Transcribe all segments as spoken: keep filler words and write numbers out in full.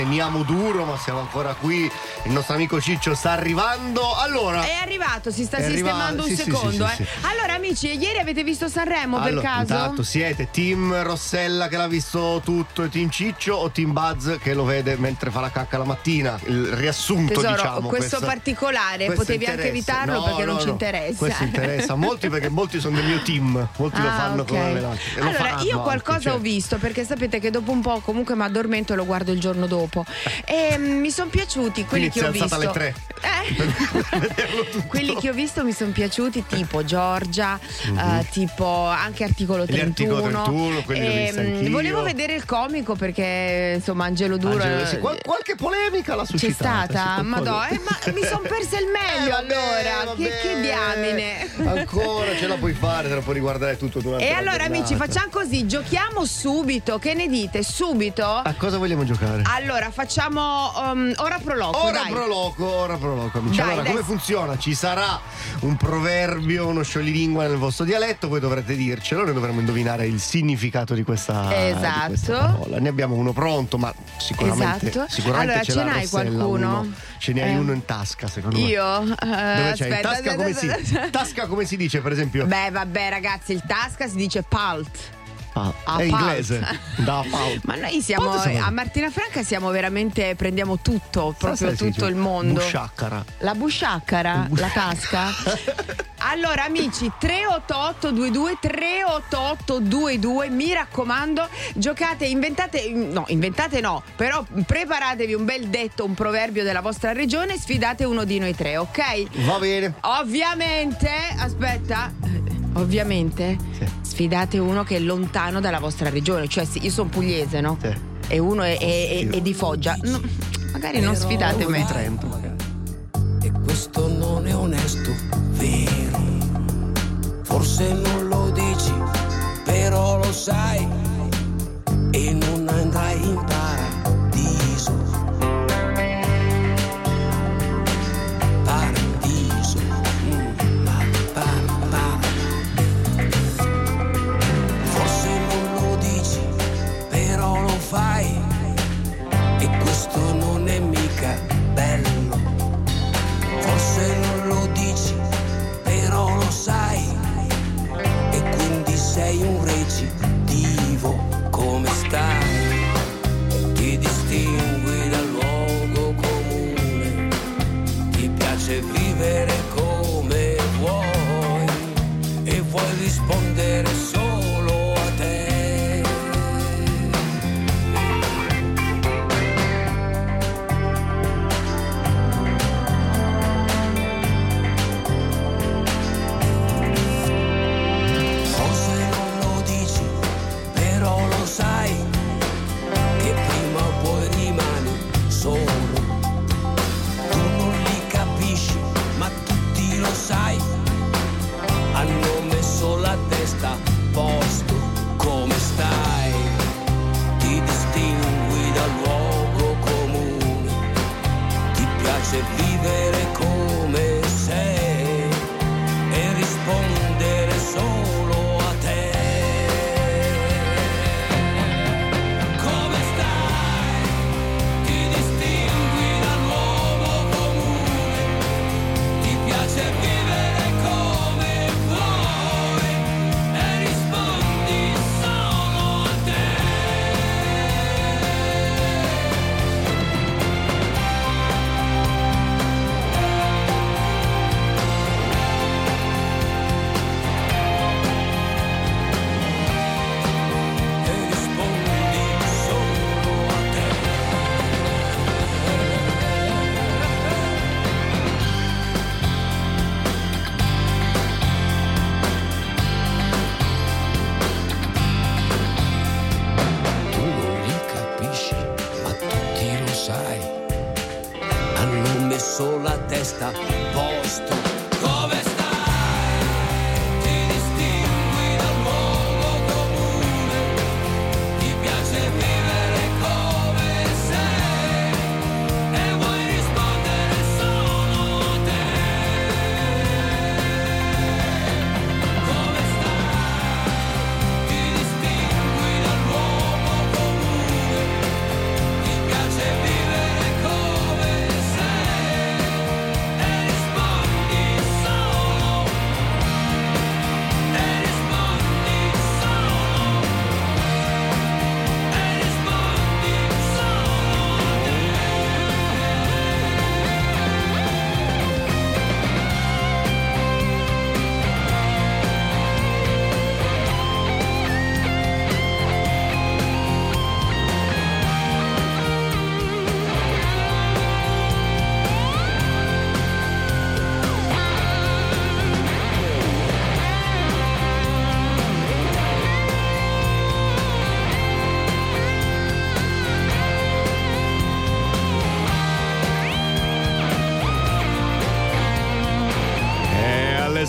Teniamo duro, ma siamo ancora qui. Il nostro amico Ciccio sta arrivando. Allora, è arrivato, si sta è sistemando arrivato, un sì, secondo. sì, sì, eh. sì. Allora, amici, ieri avete visto Sanremo allora, per caso? Intanto siete team Rossella che l'ha visto tutto e team Ciccio o team Buzz che lo vede mentre fa la cacca la mattina? Il riassunto, Tesoro, diciamo. questo questa, particolare questo potevi interessa. anche evitarlo no, perché no, non ci no. interessa. Questo interessa a molti perché molti sono del mio team. Molti ah, lo fanno okay. come me. Allora, io qualcosa anche, cioè. ho visto perché sapete che dopo un po' comunque mi addormento e lo guardo il giorno dopo. E mm, mi sono piaciuti quelli Quindi che ho si è visto. alzata alle tre. Eh? Quelli che ho visto mi sono piaciuti, tipo Giorgia, mm-hmm. uh, tipo anche Articolo trentuno. Articolo trentuno, quelli e, li ho visti anch'io. Volevo vedere il comico perché insomma Angelo Duro. Angelo, sì, qual- qualche polemica l'ha suscitata. C'è stata? Madonna, eh, ma mi sono persa il meglio eh, vabbè, allora. vabbè. Che, che diamine. Ancora ce la puoi fare, te la puoi riguardare tutto durante E la allora giornata. amici, facciamo così, giochiamo subito. Che ne dite? Subito? A cosa vogliamo giocare? Allora facciamo um, ora proloco. Ora dai. proloco, ora proloco, amici. Dai, allora, dai. come funziona? Ci sarà un proverbio, uno scioglilingua nel vostro dialetto, voi dovrete dircelo, noi dovremo indovinare il significato di questa, Esatto. di questa parola. Ne abbiamo uno pronto, ma sicuramente, Esatto. sicuramente Allora, ce, ce l'ha n'hai Rossella, qualcuno? uno. Ce ne hai Eh. uno in tasca, secondo me. Io? Uh, Dove c'hai? In aspetta, tasca come si tasca come si dice, per esempio? Beh, vabbè, ragazzi, il tasca si dice palt. Ah, A è palt. inglese. Da palt. Ma noi siamo Palt siamo- a Martina Franca siamo veramente prendiamo tutto, proprio Sai, si tutto dice il mondo. Busciaccara. La busciaccara, Bu- la tasca. Allora amici, tre otto otto due due tre otto otto due due, mi raccomando, giocate, inventate, no, inventate no, però preparatevi un bel detto, un proverbio della vostra regione, sfidate uno di noi tre, ok? Va bene. Ovviamente, aspetta, ovviamente Sì. sfidate uno che è lontano dalla vostra regione, cioè sì, io sono pugliese, no? Sì. E uno è, è- è- è di Foggia. No, magari non sfidate Uno di me. Trento, magari. E questo non è onesto, vero? Forse non lo dici, però lo sai e non andrai in paradiso. Paradiso, mm, ma pa- pa- Forse non lo dici, però lo fai e questo non è mica bello. Forse non lo dici, però lo sai, e quindi sei un recidivo. Come stai? Ti distingui dal luogo comune, ti piace vivere come vuoi e vuoi rispondere solo a te. Forse non lo dici, però lo sai, che prima o poi rimani solo. Tu non li capisci, ma tutti lo sai, hanno messo la testa a posto. Come stai? Ti distingui dal luogo comune, ti piace vivere come sei e rispondere solo a te. Come stai? Ti distingui dall'uomo comune, ti piace vivere come vuoi e rispondi solo a te. E rispondi solo a te. Tu non li capisci, ma tutti lo sai, hanno messo la testa a posto. Come stai? Ti distingui dal luogo comune, ti piace vivere come sei e vuoi rispondere solo a te. Come stai? Ti distingui dall'uomo comune, ti piace vivere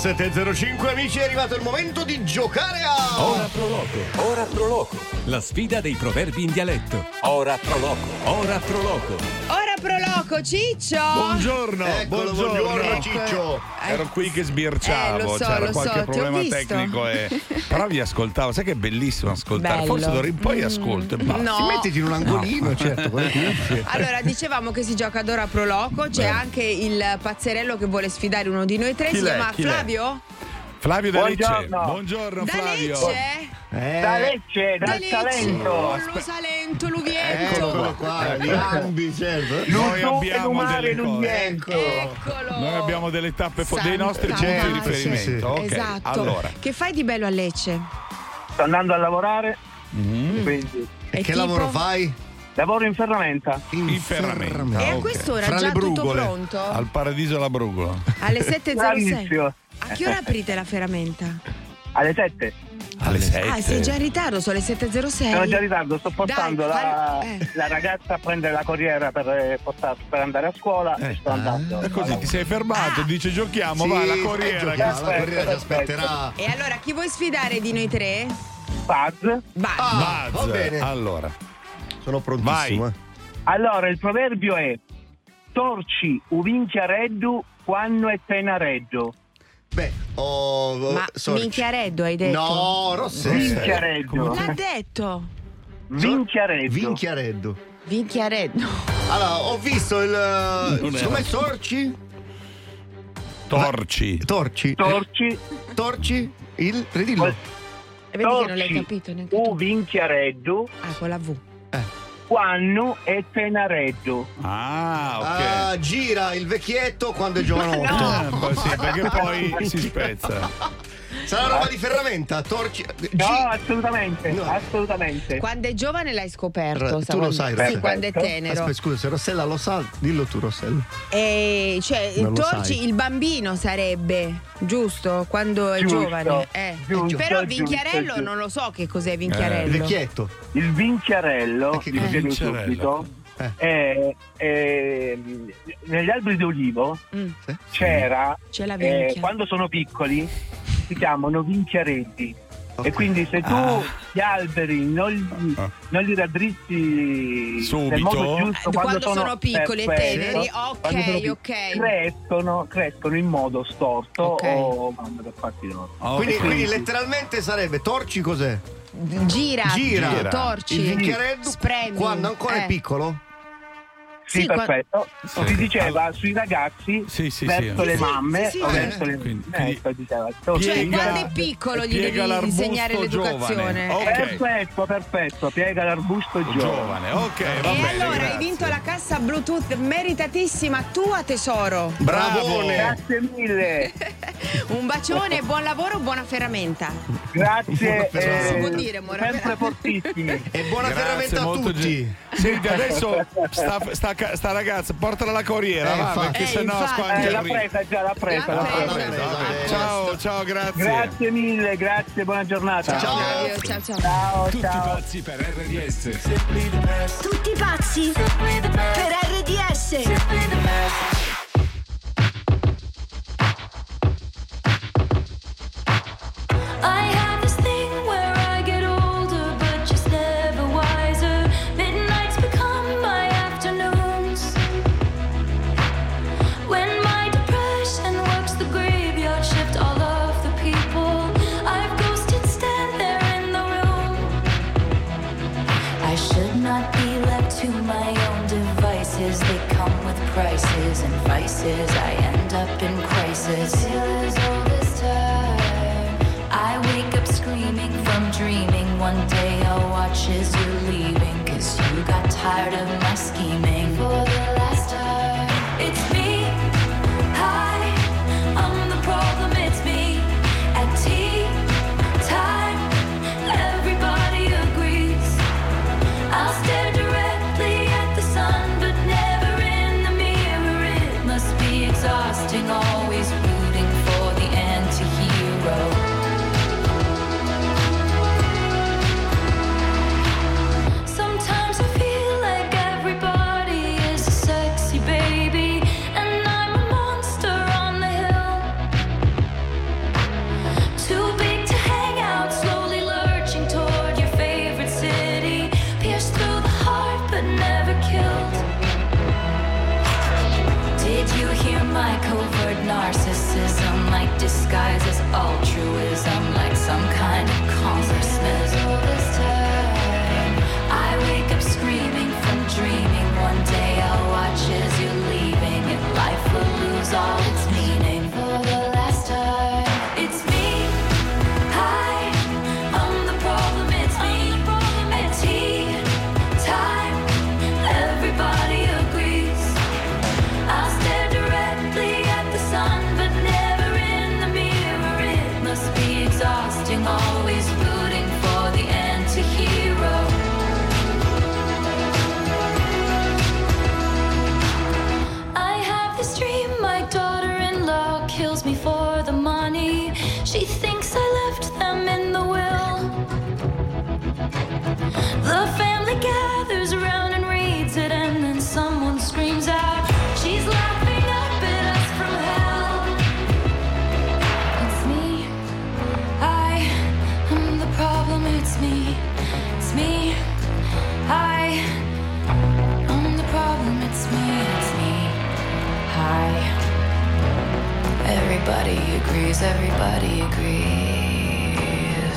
sette e zero cinque, amici, è arrivato il momento di giocare a Ora Proloco, ora Proloco. La sfida dei proverbi in dialetto. Ora Proloco, ora Proloco. Ora Proloco, Ciccio. Buongiorno, Eccolo, buongiorno. buongiorno, Ecco. Ciccio. Ero qui che sbirciavo, Eh, lo so, c'era lo qualche so, ti ho problema visto. tecnico e... però vi ascoltavo, sai che è bellissimo ascoltare, Bello. forse d'ora in poi ascolto e basta. No. Ti mettiti in un angolino, certo, con le cuffie. Allora, dicevamo che si gioca ad Ora Proloco. C'è Beh. anche il pazzerello che vuole sfidare uno di noi tre. Chi si l'è? chiama Chi l'è? Flavio? Flavio da Lecce, Buongiorno. buongiorno Da Flavio. Lecce? Eh, Da Lecce, Da dal Lecce. Salento. Oh, lo Salento, l'Uviento. Eccolo qua, gli ambi, certo. Noi L'Uso, abbiamo l'Umare, delle cose. l'Uviento. Eccolo. Noi abbiamo delle tappe, fo- dei Santa nostri punti Certo, di Madre. riferimento. sì, sì. Ok, Esatto. allora. Che fai di bello a Lecce? Sto andando a lavorare, Mm. quindi E Che tipo? lavoro fai? lavoro in ferramenta. In ferramenta. E a ok. quest'ora Fra già le tutto brugole. pronto? Al paradiso la brugola. Alle sette e zero sei. Bravissimo. A che ora aprite la ferramenta? Alle sette. Alle sette. Ah, sei già in ritardo, sono le sette e zero sei. Sono già in ritardo, sto portando Dai, la, fai- eh. la ragazza a prendere la corriera per, eh, portar- per andare a scuola Eh. e sto andando. E così ti sei fermato, Ah. dice giochiamo, Sì, va la eh, corriera. giochiamo, che- la corriera ti Perfetto. aspetterà. E allora, chi vuoi sfidare di noi tre? Paz. Vai. Ah, Buzz. va bene. Allora, Sono prontissimo. Vai. eh. Allora, il proverbio è torci uvinchiareddu quando è tenareddu. Beh, oh, Ma sorry. minchiareddo hai detto? No, Rossella. Vinchiareddu. L'ha detto. Vinchiareddu. Vinchiareddu. Vinchiareddo. Allora, ho visto il. Non è- Come Sorci? torci. Torci. Torci Torci? Il. Ridillo. E vedi che non l'hai torci capito neanche tu. uvinchiareddu Ah, con la V. quando è tenareddu. Ah, ok. Ah, gira il vecchietto quando è giovanotto. Ah, poi sì, perché poi si spezza. Sarà roba di ferramenta. Torci. No, Gi- assolutamente, No. assolutamente. Quando è giovane l'hai scoperto. Tu stavo- lo sai, Sì, Rossella. quando è tenero. Aspetta, scusa, se Rossella lo sa, dillo tu, Rossella. E cioè, Non lo torci sai. il bambino sarebbe, giusto? Quando è Giusto, giovane. Eh. giusto, Però giusto, Vinchiarello giusto. non lo so che cos'è Il Vinchiarello. vecchietto. Il vinchiarello, Eh, che vi cos'è? spiego Vinchiarello? subito, Eh. è, è- negli alberi d'olivo Mm, Sì. c'era, c'è la eh, vinchia. quando sono piccoli, si chiamano vinchiareddi. Ok. E quindi se tu Ah. gli alberi non li, Ah. non li raddrizzi Subito? nel modo giusto, Eh, quando sono piccoli e perfetto, teneri, quando ok, sono piccoli, ok. Crescono, crescono in modo storto Ok. o vanno per fatti loro. Ok. Quindi, quindi letteralmente sarebbe torci cos'è? Gira, Gira. torci, Il vinchiareddu spremi. quando ancora Eh. è piccolo? Sì, Sì, qua- perfetto. Sì. Si diceva sui ragazzi Sì, sì, verso sì. le Sì, mamme sì, sì, o sì. verso le Quindi- eh, quindi- ecco, diceva, Cioè, Piega- quando è piccolo gli piega devi l'arbusto insegnare l'educazione. giovane. Ok. Perfetto, perfetto, piega l'arbusto giovane. Giovane, ok, va E bene. allora hai grazie. vinto la cassa Bluetooth meritatissima tua, tesoro. Bravone. Grazie mille, Un bacione, buon lavoro, buona ferramenta. grazie. Buona Si può eh, dire, Mora. sempre fortissimi. E buona Grazie, ferramenta a molto tutti. gen- Senti, adesso sta, sta, sta ragazza, portala alla corriera, Eh, va, infatti. perché Eh, sennò infatti. squanchi Eh, il l'ha ritmo. presa già, l'ha presa, L'ha l'ha presa. presa. presa, vabbè. Ciao, ciao, grazie. Grazie mille, grazie, buona giornata. Ciao. Flavio, ciao ciao. Ciao, Tutti ciao. pazzi per R D S. Tutti pazzi per R D S. I have this thing where I get older, but just never wiser. Midnights become my afternoons. When my depression works the graveyard shift, all of the people I've ghosted stand there in the room. I should not be left to my own devices. They come with prices and vices. I end up in crisis. Till as old as time. I wake up screaming from dreaming. One day I'll watch as you're leaving, 'cause you got tired of my scheming. For the last time, it's me. Hi, I'm the problem, it's me. At tea time, everybody agrees. I'll stare directly at the sun, but never in the mirror. It must be exhausting, always rooting for the anti-hero. Sometimes I feel like everybody agrees, everybody agrees.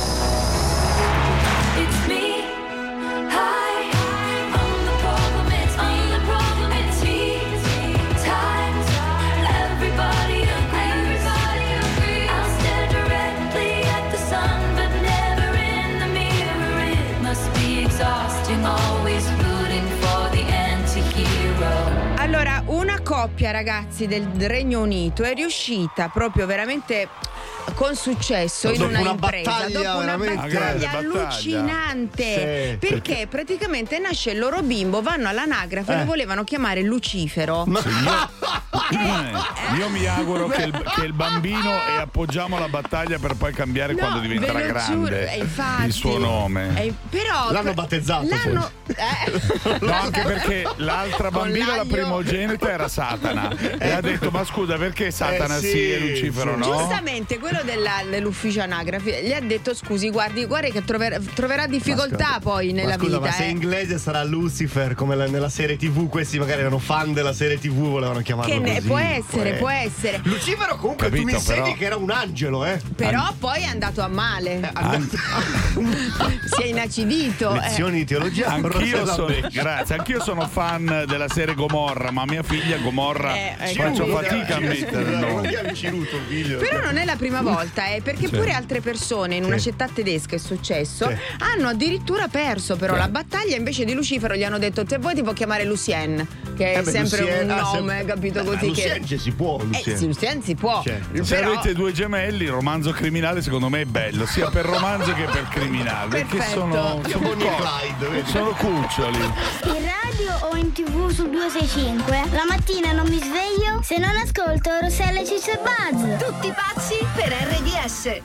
It's me. Hi, I'm the problem. It's me. The problem. It's me. Times everybody agrees. Everybody agrees. I'll stare directly at the sun, but never in the mirror. It must be exhausting, always rooting for the anti-hero. Allora, una coppia, ragazzi, del Regno Unito è riuscita proprio veramente con successo in Dopo una, una impresa, battaglia dopo una veramente- battaglia Una grande allucinante. Sì, perché praticamente nasce il loro bimbo, vanno all'anagrafe e Eh. lo volevano chiamare Lucifero. Io mi auguro che il, che il bambino e appoggiamo la battaglia per poi cambiare No, quando diventerà ve lo grande giuro, eh, infatti. il suo nome. Eh, però L'hanno battezzato, l'hanno, eh. No, anche perché l'altra Con bambina, la l'aglio. primogenita, era Satana. E ha detto: ma scusa, perché Satana Eh, sì, sì, e Lucifero sì. no? Giustamente quello della- dell'ufficio anagrafe gli ha detto: scusi, guardi, guardi che trover- troverà difficoltà Ma scusa, poi nella ma scusa, vita. ma se eh. inglese sarà Lucifer come la- nella serie tivù, questi magari erano fan della serie tivù, volevano chiamarlo Che ne- così. può essere, Eh. può essere. Lucifero comunque tu mi Capito, insegni però- che era un angelo, eh? Però poi è andato a male. Eh, and- Si è inacidito. eh. Lezioni di teologia. Anch'io Rossella sono, Becca. grazie, anch'io sono fan della serie Gomorra, ma mia figlia Gomorra Eh, hai faccio capito. fatica a mettere il Scusa, non nome. chiami Ciruto, figlio. Però non è la prima volta, eh, perché Sì. pure altre persone in una Sì. città tedesca è successo, Sì. hanno addirittura perso però Sì. la battaglia, invece di Lucifero gli hanno detto: se vuoi ti può chiamare Lucien, che è Eh beh, sempre Lucien- un ah, nome, sem- capito Beh, così Lucien che... ci si può, Eh Lucien. sì, Lucien si può. Certo. Se Però- avete due gemelli, il romanzo criminale secondo me è bello, sia per romanzo che per criminale, perché Perfetto. sono, Io sono, Bonnie e co- Clyde, vedi? sono cuccioli. In radio o in tv sul duecentosessantacinque la mattina non mi sveglio se non ascolto Rossella e Ciccio e Buzz. Tutti pazzi per R D S.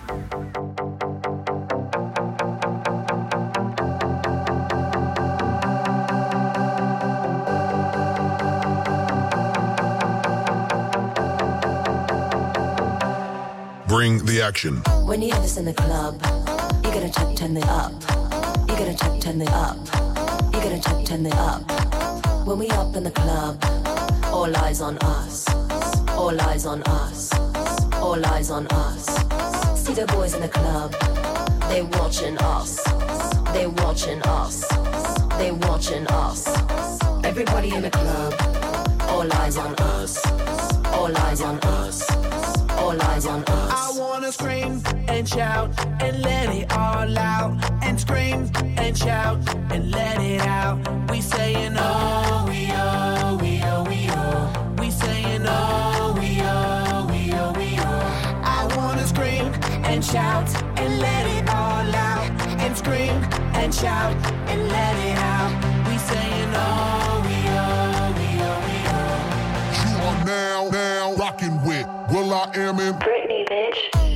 Bring the action. When you have this in the club, you gotta check, turn it up. You gotta check, turn it up. You gotta check, turn it up. When we up in the club, all eyes on us. All eyes on us. All eyes on us. See the boys in the club, they watching us. They watching us. They watching us. Everybody in the club, all eyes on us. All eyes on us. All eyes on us. I wanna scream and shout and let it all out. And scream and shout and let it out. We saying oh, we oh, we oh, we oh. We saying oh, we oh, we oh, we oh. I wanna scream and shout and let it all out. And scream and shout and let it out. We saying oh, we oh, we oh, we oh. You are now, now rocking with Will I Am in Britney, bitch.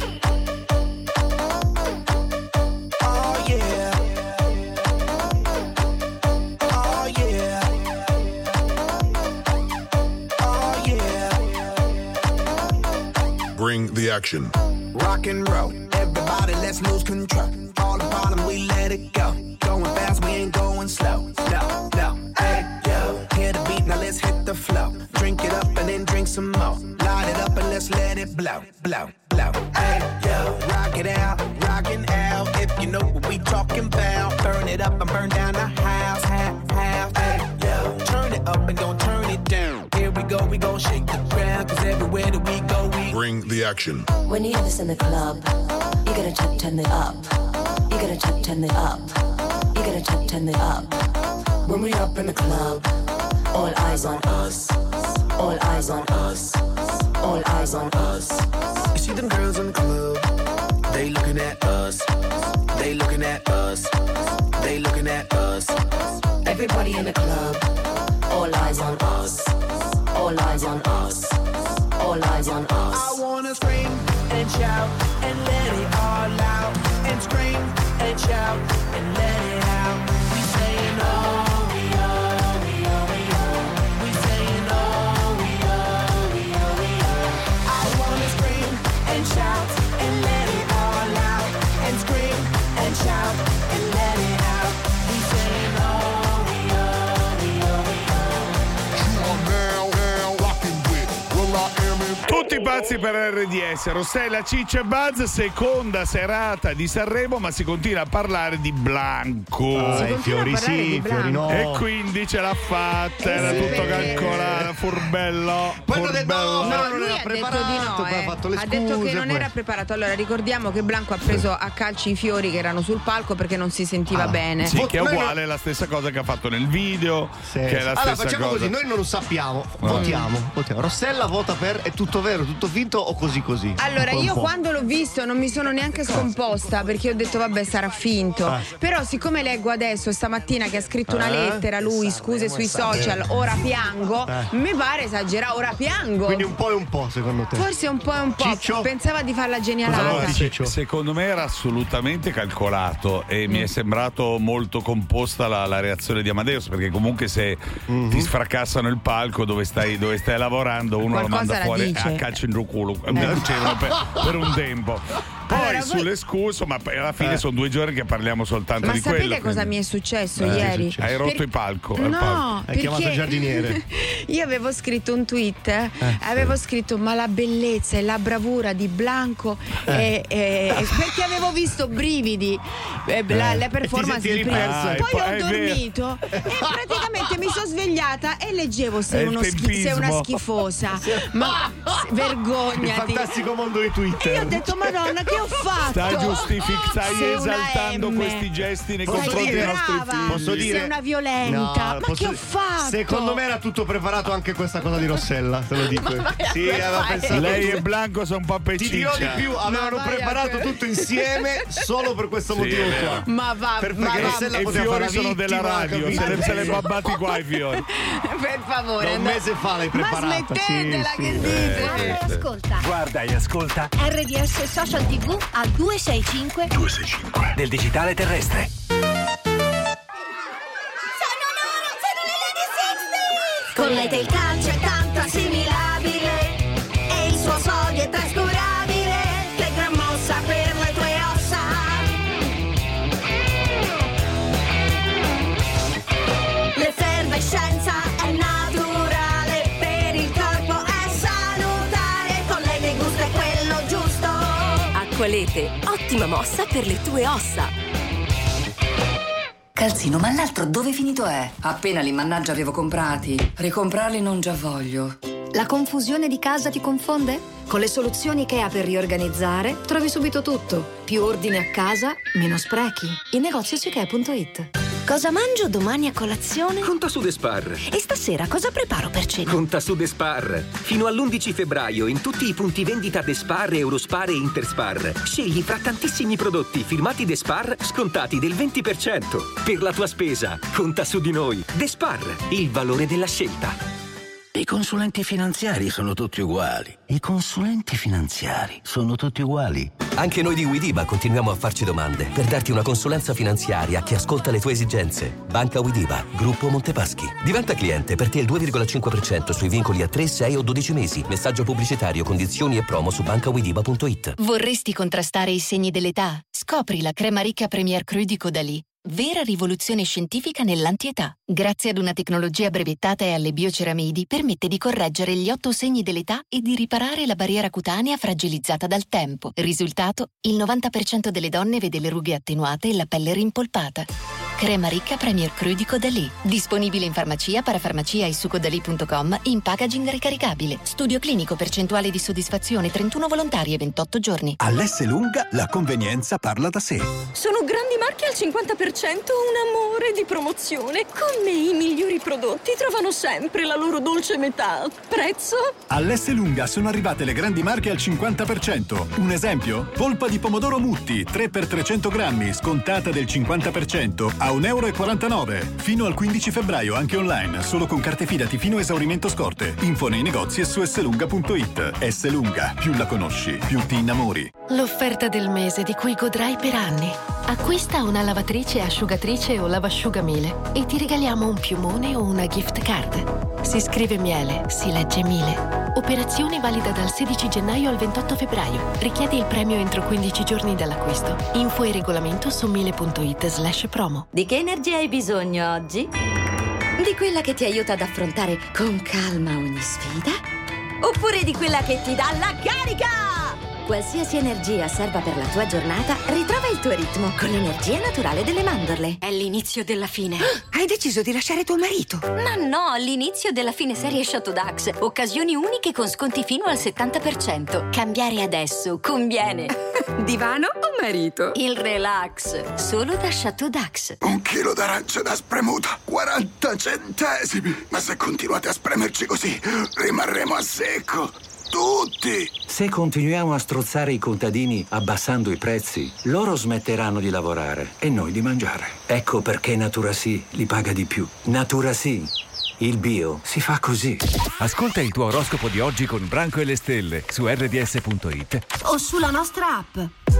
Oh yeah. Oh yeah. Oh yeah. Bring the action. Rock and roll. Everybody, let's lose control. All the bottom, we let it go. Going fast, we ain't going slow. No, no. Hey, yo. Hear the beat, now let's hit the flow. Drink it up and then drink some more. Light it up and let's let it blow, blow, blow. Hey, yo. Rock it out, rockin' out. If you know what we talking about. Burn it up and burn down the house, house, house. Hey, yo. Turn it up and don't turn it down. Here we go, we gon' shake the ground. Cause everywhere that we go, we Bring the action. When you have this in the club, you gotta check, turn it up. You gotta check, turn it up. You gotta check, turn it up. When we up in the club, all eyes on us. All eyes on us. All eyes on us. You see them girls in the club, they looking at us. They looking at us. They looking at us. Everybody in the club, all eyes on us. All eyes on us. All eyes on us. I wanna scream and shout and let it all out. And scream and shout and let it out. We saying oh, we oh, we oh, we oh. We saying oh, we oh, we oh, we oh. I wanna scream and shout and let it all out. And scream and shout and let it out. We saying oh, we oh, we oh, we oh. You are now, now rocking with Will I Am in Tutti pazzi per R D S. Rossella, Ciccio e Buzz, seconda serata di Sanremo, ma si continua a parlare di Blanco. Ah, i fiori sì, i fiori no. E quindi ce l'ha fatta, Eh era sì, tutto perché- calcolato, furbello. Poi hanno detto, furbello. no, però non lui era ha detto preparato, di no, poi eh. ha fatto le ha detto che scuse, non poi- era preparato. Allora ricordiamo che Blanco ha preso a calci i fiori che erano sul palco perché non si sentiva Ah, bene. Sì, che è Noi- uguale alla stessa cosa che ha fatto nel video, Sì, che sì. è la Allora stessa facciamo cosa. così, noi non lo sappiamo, votiamo, votiamo. Rossella vota per è tutto vero, tutto finto o così così? Allora, Un po', un io po'. quando l'ho visto non mi sono neanche scomposta perché ho detto vabbè sarà finto. Ah. Però siccome leggo adesso stamattina che ha scritto una Eh? lettera lui, scuse sui social, ora piango, Eh. mi pare esagerato, ora piango. Quindi un po' e un po' secondo te. Forse un po' e un po'. Ciccio? Pensava di farla genialata. Allora, Sì, se- Ciccio. secondo me era assolutamente calcolato e Mm. mi è sembrato molto composta la, la reazione di Amadeus, perché comunque se Mhm. ti sfracassano il palco dove stai, dove stai lavorando uno lo Qualcosa manda la fuori dice. a calcio in culo, mi dicevano per, per un tempo. Poi Allora, voi- sulle scuse, ma poi alla fine Eh. sono due giorni che parliamo soltanto Ma di sapete quello. cosa quindi- mi è successo Eh, ieri? sì, sì. Hai rotto Per- il palco, al No, palco. Hai chiamato il giardiniere. io avevo scritto un tweet, eh, avevo scritto ma la bellezza e la bravura di Blanco Eh. e- e- e- perché avevo visto brividi, eh, la, le performance E ti di senti prima. ripersa. Ah, e Poi poi- ho è vero. dormito e praticamente mi sono svegliata e leggevo È sei, il uno schi- tempismo. sei una schifosa, ma Il vergognati. fantastico mondo di E Twitter. io ho detto madonna che ho fatto? Stai giustific- stai Sei una esaltando M. questi gesti nei Posso confronti dire- dei nostri brava. figli. Posso dire? Sei una violenta. No, Ma posso che ho dire- fatto? Secondo me era tutto preparato anche questa cosa di Rossella, te lo dico. Ma vai a Sì, quel aveva fare. pensato. Lei e Blanco sono un po' Ti pecciccia. dirò di più, avevano vai a preparato quel- tutto insieme solo per questo Sì, motivo è vero. qua. Ma va, Per- ma perché va. Rossella E i poteva fare fiori la sono della vittima, radio, se, capito? le, se le babbati qua i fiori. Per favore. Da un andate- mese fa l'hai preparata. Ma smettetela, Sì, che sì. dite? Guarda e ascolta. Guarda e ascolta R D S Social T V al due sei cinque. del digitale terrestre. Con lei del calcio è tanto assimilabile e il suo sodio è trascurabile. Che gran mossa per le tue ossa. L'effervescenza è naturale, per il corpo è salutare. Con lei il gusto è quello giusto. Acqualete, ottima mossa per le tue ossa. Calzino, ma l'altro dove finito è? Appena li mannaggia avevo comprati. Ricomprarli non già voglio. La confusione di casa ti confonde? Con le soluzioni che ha per riorganizzare trovi subito tutto. Più ordine a casa, meno sprechi. Il negozio Sichè punto it. Cosa mangio domani a colazione? Conta su Despar. E stasera cosa preparo per cena? Conta su Despar. Fino all'undici febbraio in tutti i punti vendita Despar, Eurospar e Interspar. Scegli fra tantissimi prodotti firmati Despar scontati del venti per cento. Per la tua spesa, conta su di noi. Despar, il valore della scelta. I consulenti finanziari sono tutti uguali. I consulenti finanziari sono tutti uguali. Anche noi di Widiba continuiamo a farci domande per darti una consulenza finanziaria che ascolta le tue esigenze. Banca Widiba, Gruppo Montepaschi. Diventa cliente per te il due virgola cinque per cento sui vincoli a tre, sei o dodici mesi. Messaggio pubblicitario, condizioni e promo su banca widiba punto it. Vorresti contrastare i segni dell'età? Scopri la crema ricca Premier Cru di Caudalie. Vera rivoluzione scientifica nell'antietà. Grazie ad una tecnologia brevettata e alle bioceramidi permette di correggere gli otto segni dell'età e di riparare la barriera cutanea fragilizzata dal tempo. Risultato? Il novanta per cento delle donne vede le rughe attenuate e la pelle rimpolpata. Crema ricca Premier Cru di Caudalie. Disponibile in farmacia, parafarmacia e su caudalie punto com in packaging ricaricabile. Studio clinico, percentuale di soddisfazione trentuno volontari e ventotto giorni. All'Esselunga la convenienza parla da sé. Sono grandi marche al cinquanta per cento, un amore di promozione. Con me i migliori prodotti trovano sempre la loro dolce metà. Prezzo? All'Esselunga sono arrivate le grandi marche al cinquanta per cento. Un esempio? Polpa di pomodoro Mutti, tre per trecento grammi, scontata del cinquanta per cento a un euro e quarantanove. Fino al quindici febbraio anche online, solo con carte fidati fino a esaurimento scorte. Info nei negozi e su esselunga punto it. Esselunga, più la conosci, più ti innamori. L'offerta del mese di cui godrai per anni. Acquista una lavatrice, asciugatrice o lavasciugamile e ti regaliamo un piumone o una gift card. Si scrive Miele, si legge Mile. Operazione valida dal sedici gennaio al ventotto febbraio. Richiedi il premio entro quindici giorni dall'acquisto. Info e regolamento su mile punto it slash promo. Di che energia hai bisogno oggi? Di quella che ti aiuta ad affrontare con calma ogni sfida? oppure di quella che ti dà la carica. Qualsiasi energia serva per la tua giornata, ritrova il tuo ritmo con l'energia naturale delle mandorle. È l'inizio della fine. Hai deciso di lasciare tuo marito? Ma no, l'inizio della fine serie Chateau Dax. Occasioni uniche con sconti fino al settanta per cento. Cambiare adesso conviene. Divano o marito? Il relax, solo da Chateau Dax. Un chilo d'arancia da spremuta, quaranta centesimi. Ma se continuate a spremerci così, rimarremo a secco. Tutti! Se continuiamo a strozzare i contadini abbassando i prezzi, loro smetteranno di lavorare e noi di mangiare. Ecco perché Natura Sì li paga di più. Natura Sì. Il bio si fa così. Ascolta il tuo oroscopo di oggi con Branco e le stelle su erre di esse punto it O sulla nostra app.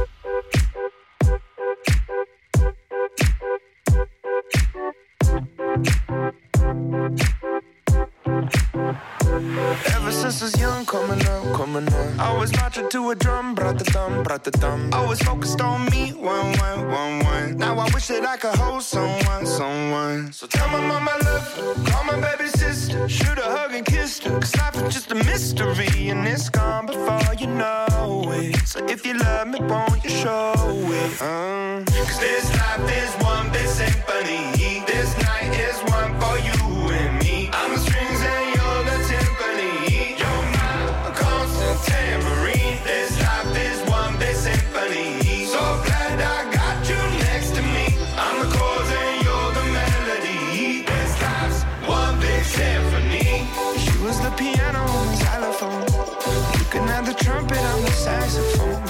Ever since I was young, coming up, coming up, I was marching to a drum, brought the thumb, brought the thumb. Always focused on me, one, one, one, one. Now I wish that I could hold someone, someone. So tell my mama I love her, call my baby sister, shoot a hug and kiss her. Cause life is just a mystery and it's gone before you know it. So if you love me, won't you show it? Uh, Cause this life is one big symphony. This night is one for you and me. I'm the strings and you're the timpani. You're my constant tambourine. This life is one big symphony. So glad I got you next to me. I'm the chords and you're the melody. This life's one big symphony. She was the piano on the xylophone. You can have the trumpet on the saxophone.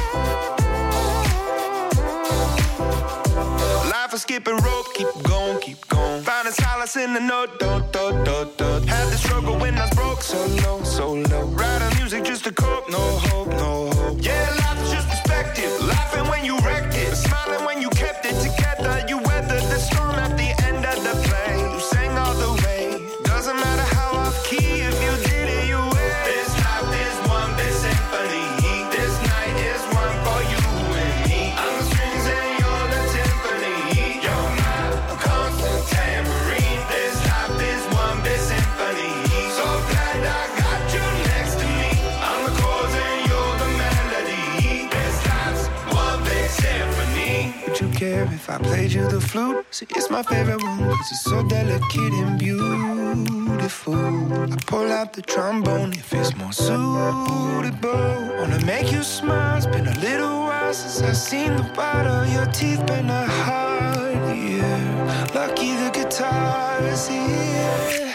Life is skipping rope, keep going, keep going. Finding solace in the note, do, do, do, do. Had the struggle when I was broke, so low, so low. Writing music just to cope, no hope, no hope. Yeah, life is just perspective. Laughing when you wrecked it, smiling when you kept it together. You weathered the storm at the end of the play. You sang all the way. Doesn't matter how off key, if you did it, you win. This life is one big symphony. This night is one for you and me. I'm the strings and you're the timpani. You're my constant tambourine. This life is one big symphony. So glad I got you next to me. I'm the chords and you're the melody. This life's one big symphony. Would you care if I played you the flute? See, it's my favorite one cause it's so delicate and beautiful. I pull out the trombone if it's more suitable. Wanna make you smile, it's been a little while since I've seen the white of your teeth. Been a hard year, lucky the guitar is here.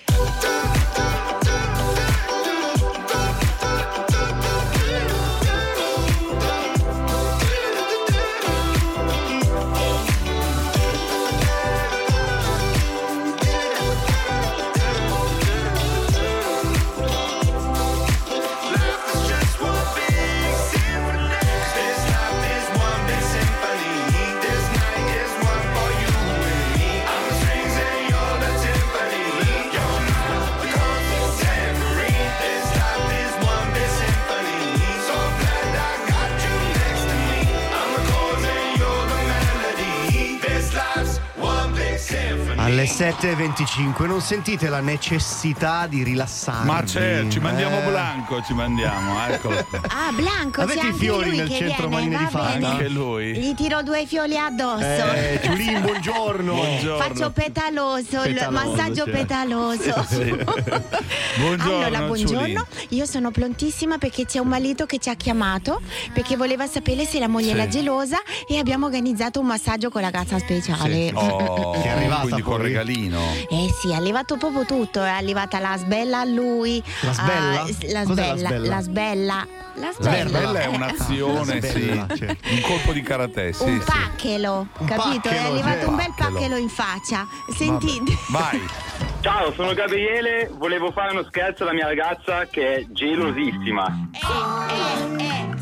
Alle sette e venticinque non sentite la necessità di rilassarvi? Ma c'è, ci mandiamo eh. Blanco, ci mandiamo, eccolo. Ah, Blanco, Avete c'è i anche fiori lui nel che centro viene, Manine di va Fata? bene. Anche lui. Gli tiro due fiori addosso. Eh, Giulin, buongiorno. Buongiorno. Faccio petaloso, il Petaloso, massaggio cioè. petaloso. Sì. Buongiorno, Allora, buongiorno. Giulin. Io sono prontissima perché c'è un marito che ci ha chiamato perché voleva sapere se la moglie Sì. era gelosa e abbiamo organizzato un massaggio con la ragazza speciale. Oh, Che è arrivata quindi con poi. regalino. Eh sì, è arrivato proprio tutto, è arrivata la sbella a lui. La sbella? ah, la Cos'è la sbella, sbella? la sbella. La La sbella. sbella è un'azione, La sì. sbella, cioè. Un colpo di karate, sì, un sì. pacchelo, Un capito? pacchelo, è arrivato cioè. un bel Pacchelo. pacchelo in faccia. Sentite. Vai. Ciao, sono Gabriele, volevo fare uno scherzo alla mia ragazza che è gelosissima. Eh, eh, eh.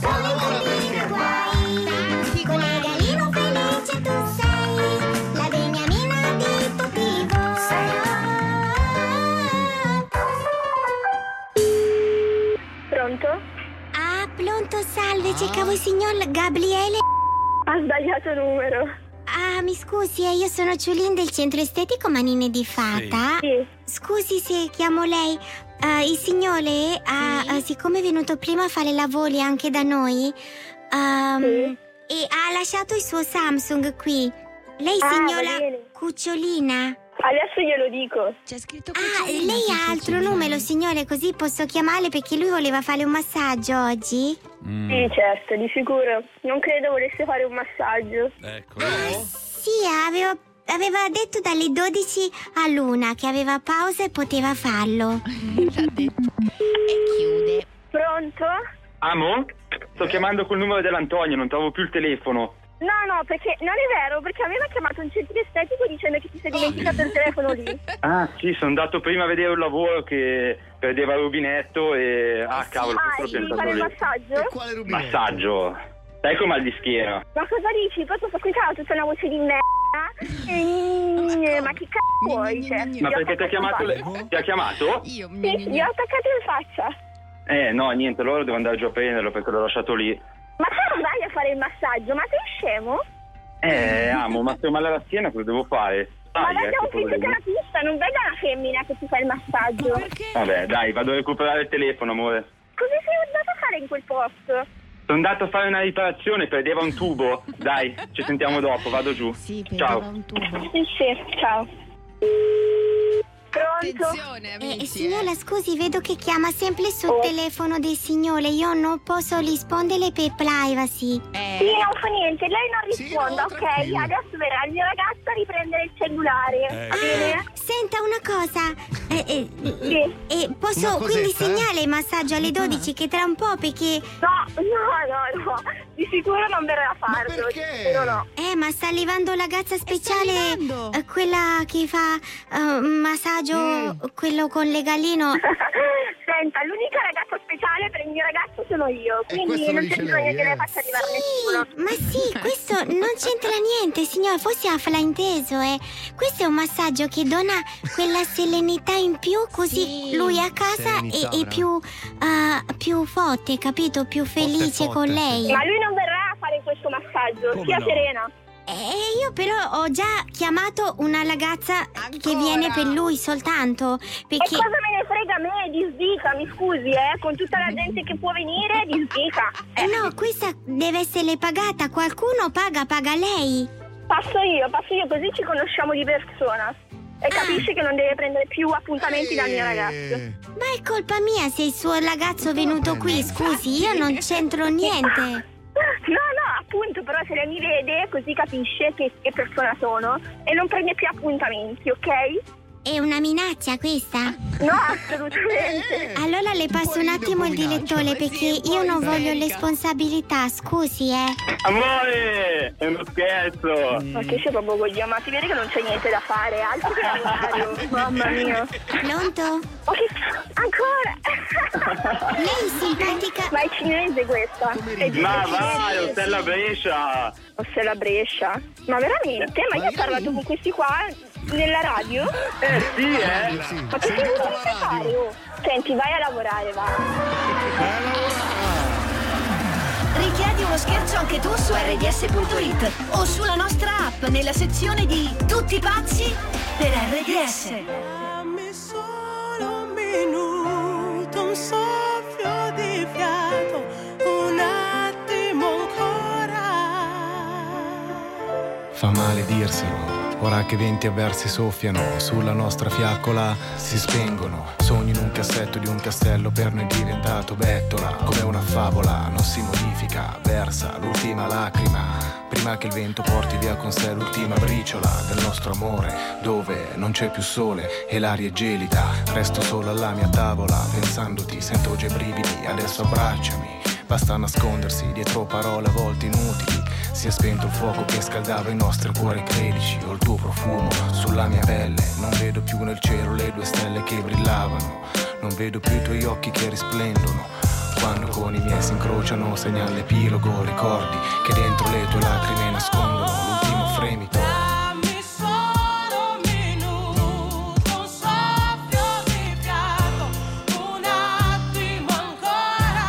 Tanti con regalino felice tu sei, la beniamina di tutti voi. Pronto? Ah, pronto, salve, cercavo il signor Gabriele. Ha sbagliato numero. Ah, mi scusi, eh, io sono Ciulin del centro estetico Manine di Fata. Sì. Scusi se chiamo lei. Uh, il signore, ha, Sì. uh, siccome è venuto prima a fare lavori anche da noi, um, Sì. e ha lasciato il suo Samsung qui. Lei, Ah, signora va bene. Cucciolina. Adesso glielo dico. C'è scritto Ah, lei ha altro numero, signore, così posso chiamarle perché lui voleva fare un massaggio oggi? Sì, certo, di sicuro. Non credo volesse fare un massaggio. Ecco. Sì, aveva, aveva detto dalle dodici all'una che aveva pausa e poteva farlo. L'ha detto. E chiude. Pronto? Amo? Sto chiamando col numero dell'Antonio, non trovo più il telefono. No, no, perché non è vero, perché aveva chiamato un centro estetico dicendo che ti sei dimenticato il telefono lì. Ah, sì, sono andato prima a vedere un lavoro che perdeva il rubinetto e... Ah, cavolo, Ah, forse l'ho devi piantato fare il lì. massaggio? Quale rubinetto? Massaggio. Dai col mal di schiena. Ma cosa dici? Poi sto qui c'ha tutta una voce di merda. E... Ma che cazzo vuoi? Cioè, Ma gli ho perché ti ha attaccato chiamato in lei? faccia. Ti ha chiamato? Io Sì, gli ho attaccato in faccia. Eh, no, niente, allora devo andare giù a prenderlo perché l'ho lasciato lì. Ma te non vai a fare il massaggio? Ma sei scemo? Eh, amo, ma se ho male alla schiena cosa devo fare? Ma Dai, vai da ecco un problemi. fisioterapista, non vai da una femmina che ti fa il massaggio. Vabbè, dai, vado a recuperare il telefono, amore. Cosa sei andato a fare in quel posto? Sono andato a fare una riparazione, perdeva un tubo. Dai, ci sentiamo dopo, vado giù. Sì, Ciao. un tubo. Sì, sì, ciao. Pronto? Attenzione, Eh, amici. signora, scusi, vedo che chiama sempre sul Oh. telefono del signore. Io non posso rispondere per privacy. Eh. Sì, non fa niente, lei non Sì, risponda, no, ok? tranquillo. Adesso verrà il mio ragazzo a riprendere il cellulare, va bene? Senta una cosa, eh, eh, Sì. eh, posso Una quindi cosetta, eh? segnare il massaggio alle dodici che tra un po' perché... No, no, no, no, di sicuro non verrà a Ma farlo, di perché? sicuro no. Eh, ma sta arrivando la ragazza speciale, arrivando? eh, quella che fa eh, un massaggio, Mm. quello con legalino. Senta, l'unica ragazza speciale per il mio ragazzo sono io, quindi questo lo non dice c'è bisogno lei, che lei eh. faccia arrivare Sì, nessuno. ma sì, questo non c'entra niente, signore, forse ha frainteso, eh. Questo è un massaggio che dona quella serenità in più, così Sì. lui a casa è, Serenità, è bravo. più, eh, più forte, capito? Più felice forte, con sì. lei. Ma lui non verrà a fare questo massaggio, Come sia no? serena. E io però ho già chiamato una ragazza che Ancora? viene per lui soltanto, E perché... cosa me ne frega a me, disdica, mi scusi, eh, con tutta la gente che può venire, disdica. Eh no, questa deve essere pagata, qualcuno paga, paga lei. Passo io, passo io, così ci conosciamo di persona. E capisce che non deve prendere più appuntamenti dal mio ragazzo. Eh, Ma è colpa mia se il suo ragazzo è venuto qui, scusi, io non c'entro niente. No, no, appunto, però se lei mi vede così capisce che, che persona sono e non prende più appuntamenti, ok? È una minaccia questa? No, assolutamente. Allora le passo un attimo il direttore perché io non voglio responsabilità, scusi, eh. Amore, è uno scherzo. Ma che sei proprio coglione, ma si vede che non c'è niente da fare, altro che l'orario, mamma mia. Pronto? Ma che ancora? Lei è simpatica. Ma è cinese questa? È Ma cinese. vai, Ostella Brescia. Ostella Brescia? Ma veramente? Ma io ho parlato con questi qua nella radio? Eh sì, eh. Ma che ti vuoi fare? Oh? Senti, vai a lavorare, va. Richiedi uno scherzo anche tu su erre di esse punto it o sulla nostra app nella sezione di Tutti pazzi per erre di esse. Dammi solo un minuto, un soffio di fiato, un attimo ancora. Fa male dirselo. Ora che venti avversi soffiano sulla nostra fiaccola si spengono. Sogni in un cassetto di un castello per noi diventato bettola. Come una favola non si modifica, versa l'ultima lacrima prima che il vento porti via con sé l'ultima briciola del nostro amore, dove non c'è più sole e l'aria è gelida. Resto solo alla mia tavola pensandoti, sento già i brividi, adesso abbracciami. Basta nascondersi dietro parole a volte inutili. Si è spento il fuoco che scaldava i nostri cuori, credici. Ho il tuo profumo sulla mia pelle. Non vedo più nel cielo le due stelle che brillavano. Non vedo più i tuoi occhi che risplendono. Quando con i miei si incrociano segna l'epilogo. Ricordi che dentro le tue lacrime nascondono l'ultimo fremito. Dammi solo un minuto, un soffio di fiato, un attimo ancora.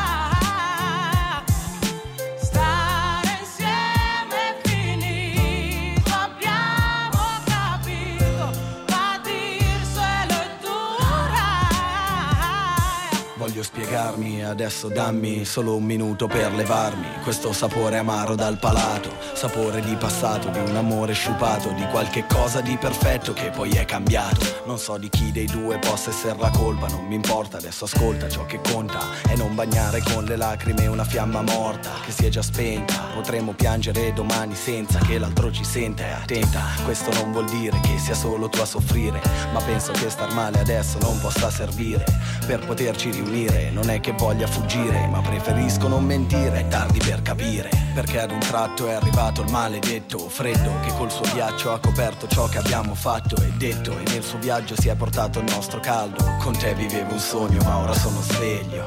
Stare insieme è finito voglio spiegarmi, adesso dammi solo un minuto per levarmi questo sapore amaro dal palato, sapore di passato, di un amore sciupato, di qualche cosa di perfetto che poi è cambiato. Non so di chi dei due possa essere la colpa, non mi importa, adesso ascolta, ciò che conta è non bagnare con le lacrime una fiamma morta che si è già spenta. Potremmo piangere domani senza che l'altro ci senta, e attenta, questo non vuol dire che sia solo tu a soffrire, ma penso che star male adesso non possa servire per poterci riunire. Non è che voglia fuggire, ma preferisco non mentire, è tardi per capire, perché ad un tratto è arrivato il maledetto freddo che col suo ghiaccio ha coperto ciò che abbiamo fatto e detto, e nel suo viaggio si è portato il nostro caldo. Con te vivevo un sogno, ma ora sono sveglio.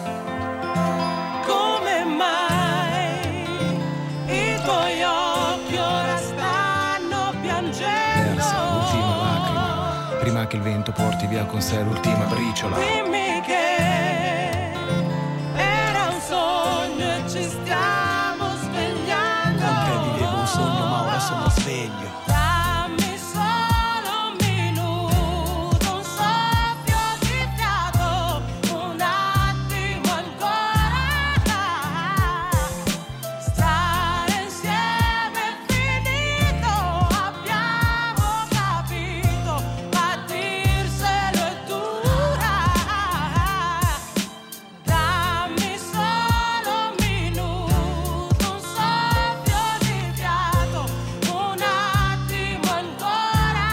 Come mai i tuoi occhi ora stanno piangendo? Versa l'ultima lacrima, prima che il vento porti via con sé l'ultima briciola. Dimmi che era un sogno e ci stiamo svegliando. Con te vivevo un sogno, ma ora sono sveglio. Dammi solo un minuto, un soffio di fiato, un attimo ancora. Stare insieme è finito, abbiamo capito, ma dirselo è dura. Dammi solo un minuto, un soffio di fiato, un attimo ancora.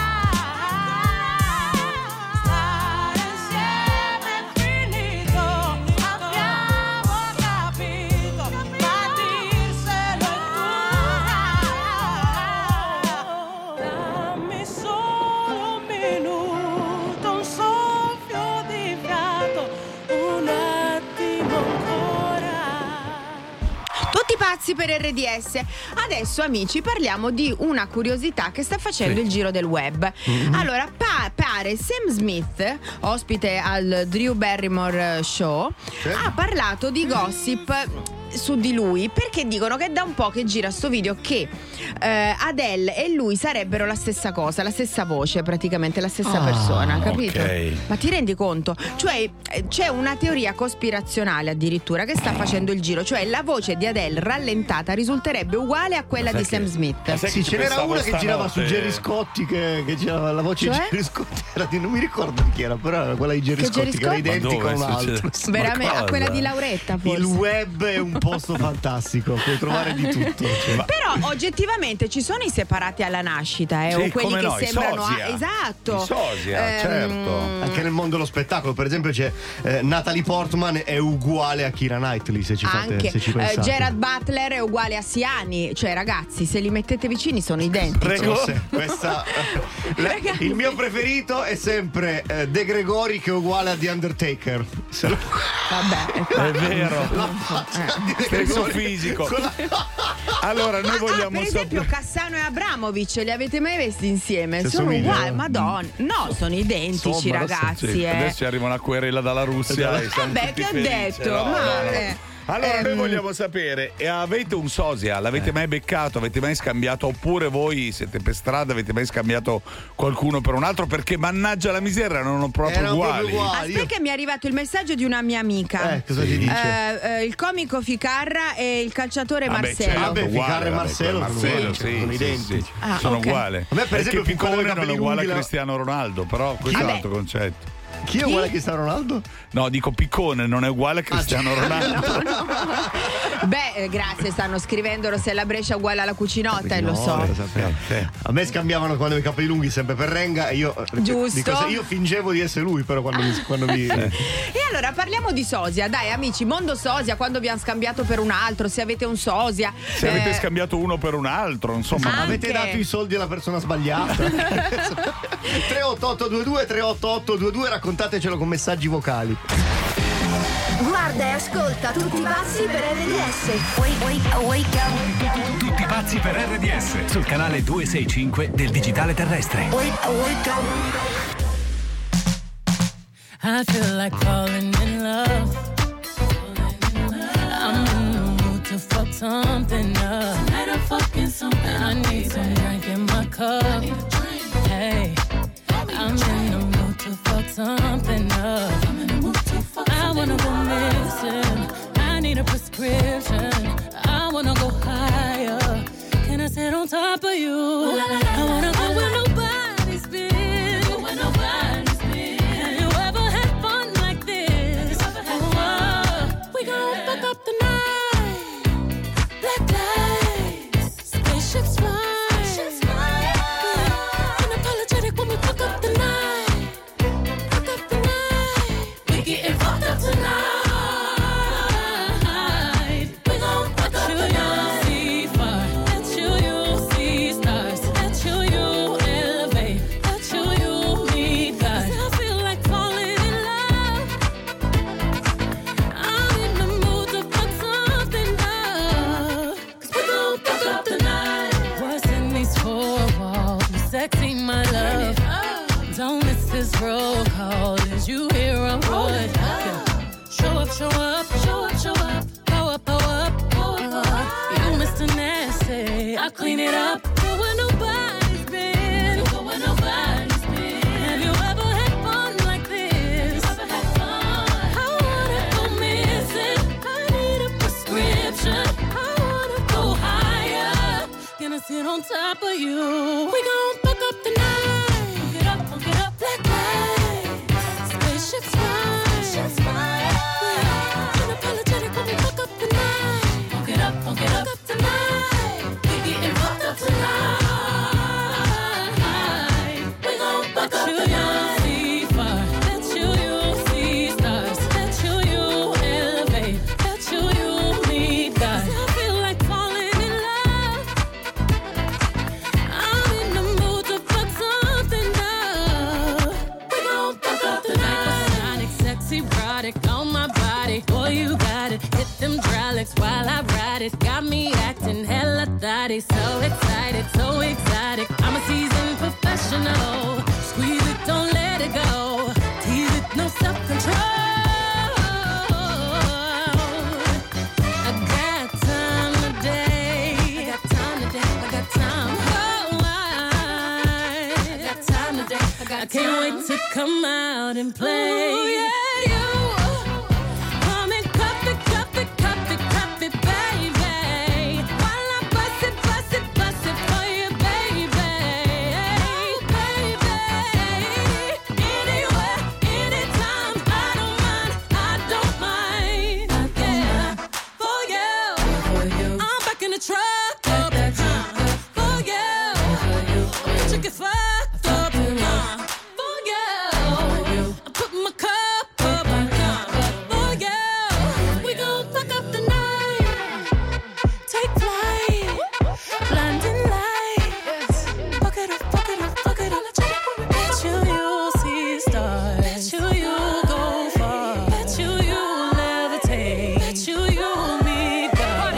Stare insieme è finito, abbiamo capito, ma dirselo è dura. Dammi solo un minuto, un soffio di fiato, un attimo ancora. Tutti pazzi per R D S. Adesso, amici, parliamo di una curiosità che sta facendo Sì. il giro del web. Mm-hmm. Allora, pa- pare Sam Smith, ospite al Drew Barrymore Show, ha parlato di gossip su di lui, perché dicono che è da un po' che gira sto video che eh, Adele e lui sarebbero la stessa cosa, la stessa voce, praticamente la stessa Ah, persona, capito? ok. Ma ti rendi conto? Cioè eh, c'è una teoria cospirazionale addirittura che sta facendo il giro, cioè la voce di Adele rallentata risulterebbe uguale a quella di Sam Smith. Sì, ce n'era una che girava su Gerry Scotti, che, che girava la voce Cioè? di Gerry Scotti, era di, non mi ricordo di chi era, però era quella di Gerry Che Scotti Gerry che era Scotti? identica a un Ma dove altro. succede? Veramente, Ma a quella cosa? di Lauretta forse. Il web è un posto fantastico, puoi trovare di tutto. Cioè. Però oggettivamente ci sono i separati alla nascita, eh, Sì, o quelli come che no, i sembrano sosia. a- esatto. I sosia, Ehm, certo. Anche nel mondo dello spettacolo, per esempio, c'è eh, Natalie Portman è uguale a Keira Knightley, se ci fate, Anche se ci eh, pensate. Gerard Butler è uguale a Siani, cioè ragazzi, se li mettete vicini sono identici. Prego. Se- questa, la- il mio preferito è sempre eh, De Gregori, che è uguale a The Undertaker. Se lo- Vabbè, È vero. La faccia di De Stesso Gregori fisico. con la- Allora, noi Ah, vogliamo per esempio sapere. Cassano e Abramovic li avete mai visti insieme? Se sono somigliano. uguali, madonna. No, sono identici, Insomma, ragazzi. sì, eh. Adesso arriva una querela dalla Russia e siamo Vabbè, tutti che ho felici. detto? No, Ma, no, no. eh, Allora, noi ehm, vogliamo sapere, eh, avete un sosia? L'avete mai beccato? Avete mai scambiato? Oppure voi siete per strada, avete mai scambiato qualcuno per un altro? Perché mannaggia la miseria, erano proprio Erano uguali. proprio uguali. Aspetta che mi è arrivato il messaggio di una mia amica. Eh, cosa ti dice? Eh, eh, il comico Ficarra e il calciatore Vabbè, Marcello. certo, Vabbè, uguale, Ficarra e vabbè, Marcello sono Marcello, uguali, sì, sono sì, identici. sì, Ah, sono ok. uguali. A me, per esempio, Perché quello con i Piccone non è capelli uguale a lunghi, Cristiano Ronaldo, però questo è un Vabbè. altro concetto. Chi è uguale a Cristiano Ronaldo? No, dico Piccone non è uguale a Cristiano Ronaldo. Beh, eh, grazie, stanno scrivendo Rossella Brescia uguale alla cucinotta e lo so. No, lo sapevo. A me scambiavano quando avevo i capelli lunghi sempre per Renga e io Giusto. dico, se io fingevo di essere lui, però quando mi, quando mi E allora parliamo di sosia, dai amici, mondo sosia, quando vi hanno scambiato per un altro, se avete un sosia. Se avete eh, scambiato uno per un altro, insomma. Anche. avete dato i soldi alla persona sbagliata. tre otto otto due due tre otto otto due due, raccontatecelo con messaggi vocali. Guarda e ascolta tutti pazzi per R D S. Wake, wake, wake up. Tutti pazzi per R D S sul canale duecentosessantacinque del digitale terrestre. Wake, wake up. I feel like falling in love. I'm in the mood to fuck something up. Tonight I'm fucking something. I need some drink in my cup. Hey, I'm in the mood to fuck something up. I'm in the mood to fuck something up. I wanna go you. I wanna go where nobody's been. Go where nobody's been. Have you ever had fun like this? Oh, we gon' fuck up the night. Black lights, spaceships fly. Spaceships fly. Yeah. Unapologetic when we fuck up the night. Fuck up the night. We getting fucked up tonight. Sexy, my love. Don't miss this roll call. As you hear a word. Show up, show up, show up, show up. Go up, go up, go up. You Mister Nasty, I clean it up. Go where nobody's been. Go where nobody's been. Have you ever had fun like this? Ever had fun? I wanna go missing. I need a prescription. I wanna go higher. Gonna sit on top of you. We gon' fuck up the night. Fuck it up, fuck it up. Black lights, spaceships fly. Spaceships fly. Yeah. Unapologetic when we fuck up the night. Fuck it up, fuck it up. Fuck up the night. We getting fucked up tonight. We gon' fuck up the night. See far. Let you, you see stars. Let you, you elevate. Let you, you meet God. I feel like falling in love. I'm in the mood to fuck something up. We gon' fuck up the night. Sonic, sexy, erotic on my body. Boy, you got it. Hit them hydraulics while I ride it. Got me acting hella thotty. So excited, so exotic. I'm a seasoned professional. Squeeze it, don't let it go. Tease it, no self-control. I got time today. I got time today. I got time. Oh, I, I got time today. I, got I can't time. Wait to come out and play. Ooh, yeah, you. Come and cup it, cup it, cup it, cup it, baby. While I bust it, bust it, bust it for you, baby. Baby. Anywhere, anytime. I don't mind, I don't mind. Yeah. For you. I'm back in the truck. Up. For you. Chicken fucked up. For you. I put my cup up. For you. We gon' fuck up the night. Take flight. Blinding lights. Fuck it up, fuck it up, fuck it up. Bet you you'll see stars. Bet you you'll go far. Bet you you'll levitate. Bet you you'll meet God.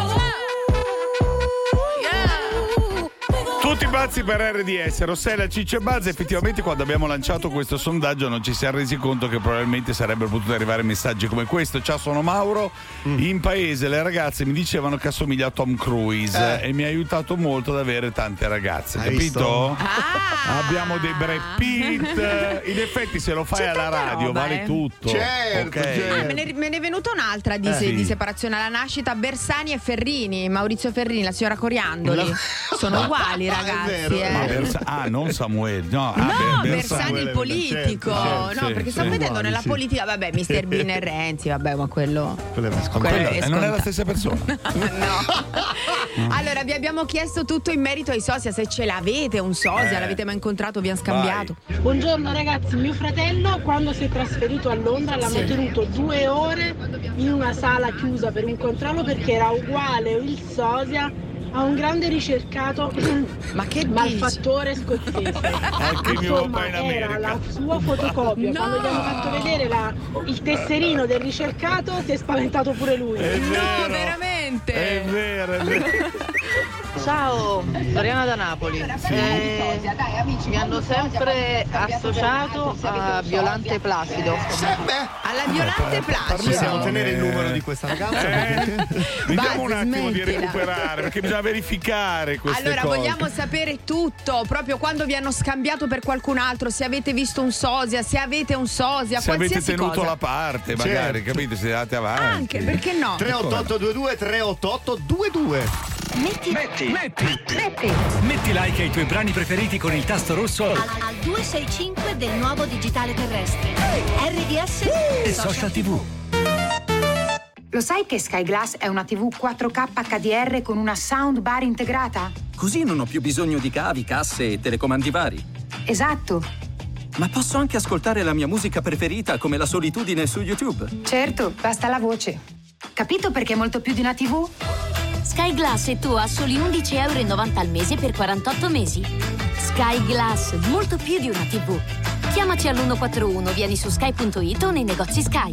Tutti pazzi per R D S, Rossella, Ciccio e Buzz. Effettivamente quando abbiamo lanciato questo sondaggio non ci siamo resi conto che probabilmente sarebbero potuti arrivare messaggi come questo. Ciao, sono Mauro, in paese le ragazze mi dicevano che assomiglia a Tom Cruise eh. e mi ha aiutato molto ad avere tante ragazze. Hai capito? Ah. Abbiamo dei Brad Pitt. In effetti se lo fai C'è alla radio roba, vale eh. tutto. Certo, okay. certo. Ah, me, ne, me ne è venuta un'altra di, Eh. se- Sì. di separazione alla nascita. Bersani e Ferrini, Maurizio Ferrini, la signora Coriandoli. No. Sono uguali, ragazzi. vero. eh. Ma Bersa- ah, non Samuele. No, ah, No, Ber- Bersani il politico. certo, certo, no, sì, perché sì. sto vedendo Uguali, nella sì. politica, vabbè, mister Bean e Renzi, vabbè, ma quello. Quello è quello Quello- è eh, non è la scontato. stessa persona. No. Allora, vi abbiamo chiesto tutto in merito ai sosia, se ce l'avete un sosia, Eh. l'avete mai incontrato, vi hanno scambiato. Buongiorno ragazzi, mio fratello quando si è trasferito a Londra l'hanno Sì. tenuto due ore in una sala chiusa per incontrarlo perché era uguale il sosia a un grande ricercato Ma che malfattore scozzese. Anche mio Insomma, papà in era America. la sua fotocopia. No! Quando gli hanno fatto vedere la- il tesserino del ricercato si è spaventato pure lui. È No, vero. veramente. È vero, è vero. Ciao, Doriana da Napoli. Eh, mi hanno sempre associato a Violante Placido. Alla Violante Placido. Possiamo tenere il numero di questa ragazza? Eh? Vediamo un Basta, attimo di smettila. recuperare perché bisogna verificare queste Allora, cose. vogliamo sapere tutto, proprio quando vi hanno scambiato per qualcun altro, se avete visto un sosia, se avete un sosia, se avete qualsiasi tenuto cosa. la parte, magari, Certo. capite? Siete andati avanti. Anche, perché no? tre otto otto due due tre otto otto due due Metti. Metti. Metti. Metti. Metti like ai tuoi brani preferiti con il tasto rosso Al, al due sei cinque del nuovo digitale terrestre. R D S e Social tivù. Lo sai che Sky Glass è una tivù quattro K H D R con una soundbar integrata? Così non ho più bisogno di cavi, casse e telecomandi vari. Esatto. Ma posso anche ascoltare la mia musica preferita come La solitudine su YouTube. Certo, basta la voce. Capito perché è molto più di una tivù? Sky Glass e tu a soli undici virgola novanta euro al mese per quarantotto mesi. Sky Glass, molto più di una tivù. Chiamaci all'uno quattro uno, vieni su sky punto it o nei negozi Sky.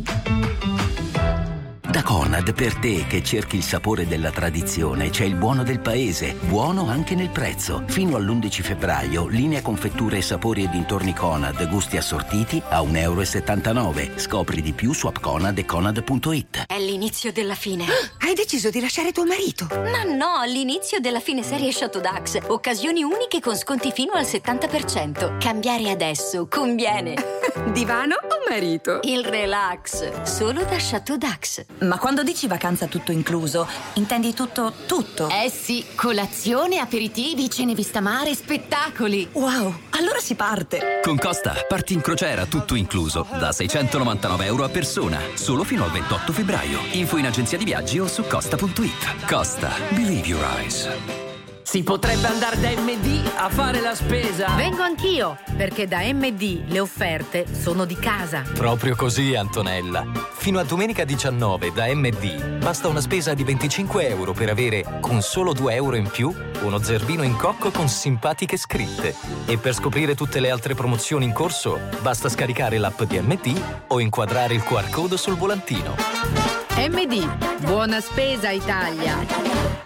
Da Conad, per te che cerchi il sapore della tradizione, c'è il buono del paese, buono anche nel prezzo. Fino all'undici febbraio, linea confetture e sapori e dintorni Conad, gusti assortiti a un euro e settantanove. Scopri di più su app Conad e conad punto it. È l'inizio della fine. Hai deciso di lasciare tuo marito? Ma no, l'inizio della fine serie Chateau Dax. Occasioni uniche con sconti fino al settanta per cento. Cambiare adesso conviene. Divano o marito? Il relax, solo da Chateau Dax. Ma quando dici vacanza tutto incluso, intendi tutto, tutto? Eh sì, colazione, aperitivi, cene vista mare, spettacoli. Wow, allora si parte. Con Costa, parti in crociera tutto incluso, da seicentonovantanove euro a persona, solo fino al ventotto febbraio. Info in agenzia di viaggi o su costa punto it. Costa, believe your eyes. Si potrebbe andare da M D a fare la spesa. Vengo anch'io, perché da M D le offerte sono di casa. Proprio così, Antonella. Fino a domenica diciannove da M D basta una spesa di venticinque euro per avere, con solo due euro in più, uno zerbino in cocco con simpatiche scritte. E per scoprire tutte le altre promozioni in corso, basta scaricare l'app di M D o inquadrare il Q R code sul volantino. M D, buona spesa Italia.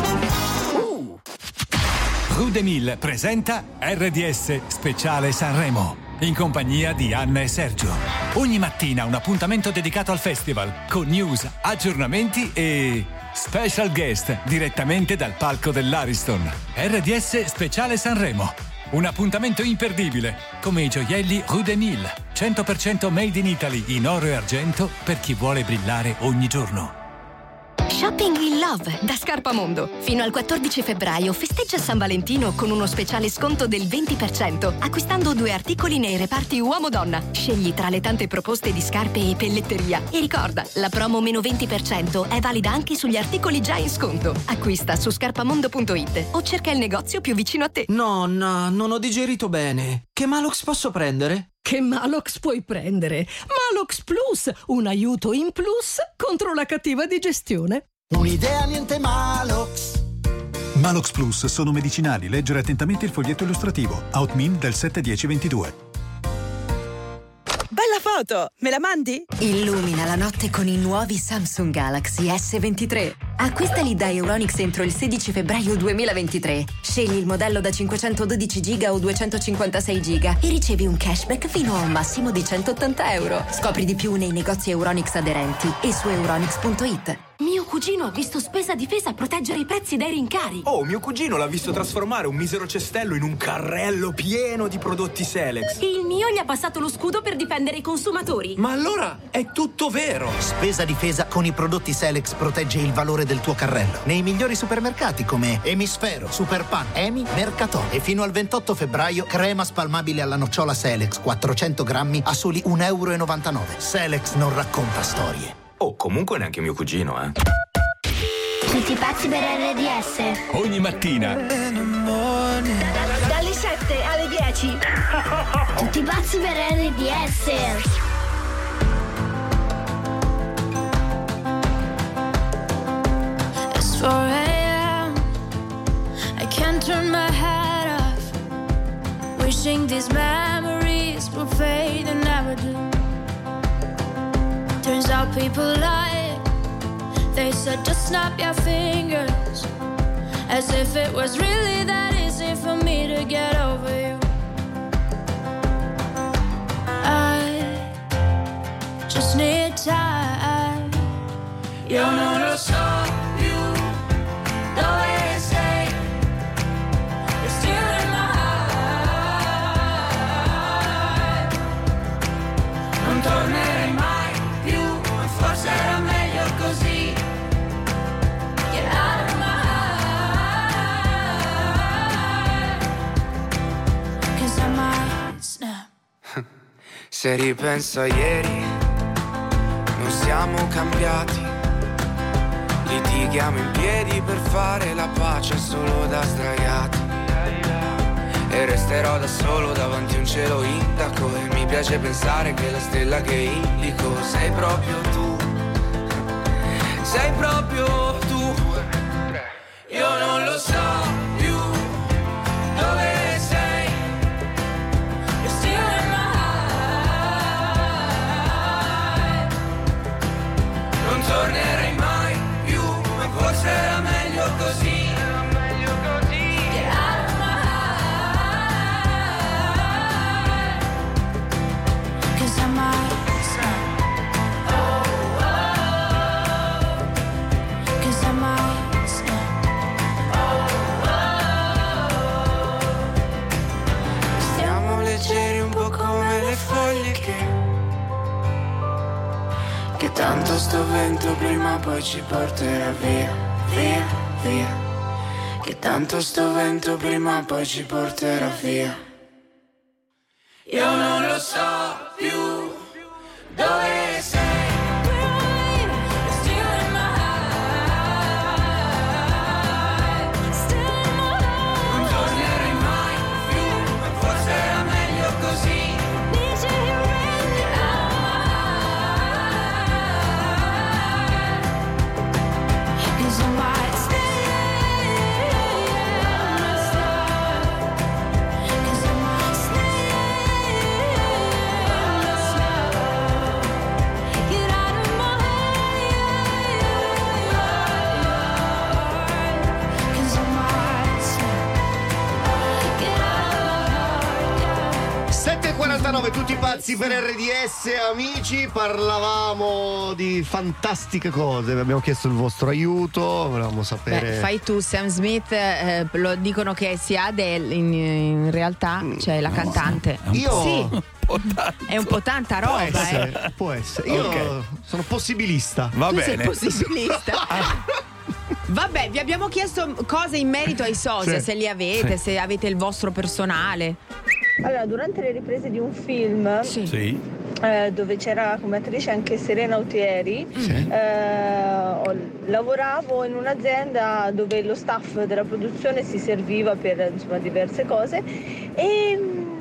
Rudemil presenta R D S Speciale Sanremo in compagnia di Anna e Sergio. Ogni mattina un appuntamento dedicato al festival con news, aggiornamenti e special guest direttamente dal palco dell'Ariston. R D S Speciale Sanremo. Un appuntamento imperdibile, come i gioielli Rudemil, cento per cento made in Italy in oro e argento per chi vuole brillare ogni giorno. Shopping in Love da Scarpamondo. Fino al quattordici febbraio festeggia San Valentino con uno speciale sconto del venti per cento acquistando due articoli nei reparti uomo-donna. Scegli tra le tante proposte di scarpe e pelletteria. E ricorda, la promo meno venti per cento è valida anche sugli articoli già in sconto. Acquista su scarpamondo punto it o cerca il negozio più vicino a te. Nonna, non ho digerito bene. Che Malox posso prendere? Che Malox puoi prendere? Malox Plus, un aiuto in plus contro la cattiva digestione. Un'idea niente Malox. Malox Plus sono medicinali. Leggere attentamente il foglietto illustrativo. Outmin del sette dieci ventidue. Bella foto! Me la mandi? Illumina la notte con i nuovi Samsung Galaxy S ventitré. Acquistali da Euronics entro il sedici febbraio duemilaventitré. Scegli il modello da cinquecentododici giga o duecentocinquantasei giga e ricevi un cashback fino a un massimo di centottanta euro. Scopri di più nei negozi Euronics aderenti e su euronics punto it. Mio cugino ha visto Spesa Difesa a proteggere i prezzi dai rincari. Oh, mio cugino l'ha visto trasformare un misero cestello in un carrello pieno di prodotti Selex. Il mio gli ha passato lo scudo per difendere i consumatori. Ma allora è tutto vero! Spesa Difesa con i prodotti Selex protegge il valore del tuo carrello. Nei migliori supermercati come Emisfero, Superpan, Emi, Mercatò. E fino al ventotto febbraio crema spalmabile alla nocciola Selex quattrocento grammi a soli un euro e novantanove. Selex non racconta storie. Oh, comunque neanche mio cugino, eh. Tutti pazzi per R D S. Ogni mattina Dalle sette alle dieci. Tutti pazzi per R D S. It's four a.m. I can't turn my head off. Wishing these memories will fade and never do. Turns out people lie. They said just snap your fingers, as if it was really that easy for me to get over you. I just need time. Io non lo so più dove sei. You're still in my heart. Non tornerei mai più, ma forse era meglio così. Get out of my Se ripenso a ieri, non siamo cambiati. Litighiamo in piedi per fare la pace solo da sdraiati. E resterò da solo davanti a un cielo intaco. E mi piace pensare che la stella che indico sei proprio tu. Sei proprio tu. Io non lo so più dove sei. You're still in my heart. Non tornerei mai più, ma forse era meglio così. Era meglio così. Get out of my heart. 'Cause I might snap. Oh, oh. 'Cause I might snap. Oh, oh. Stiamo leggeri un po' come le foglie che Che tanto sto vento prima o poi ci porterà via, via, via. Che tanto sto vento prima o poi ci porterà via. Io non lo so più dove sei. Non tornerei mai più, ma forse era meglio così. quarantanove, tutti pazzi per R D S, amici. Parlavamo di fantastiche cose. Vi abbiamo chiesto il vostro aiuto. Volevamo sapere. Beh, fai tu, Sam Smith. Eh, lo dicono che sia Adele. In, in realtà, cioè la no, cantante. Io. Sì. È un po' tanta roba. Può essere. Eh. Può essere. Io okay. sono possibilista. Va tu bene. Sei possibilista. Vabbè, vi abbiamo chiesto cose in merito ai social, sì. se li avete, sì. se avete il vostro personale. Allora, durante le riprese di un film sì. Sì. Eh, dove c'era come attrice anche Serena Autieri, sì. eh, lavoravo in un'azienda dove lo staff della produzione si serviva per insomma, diverse cose e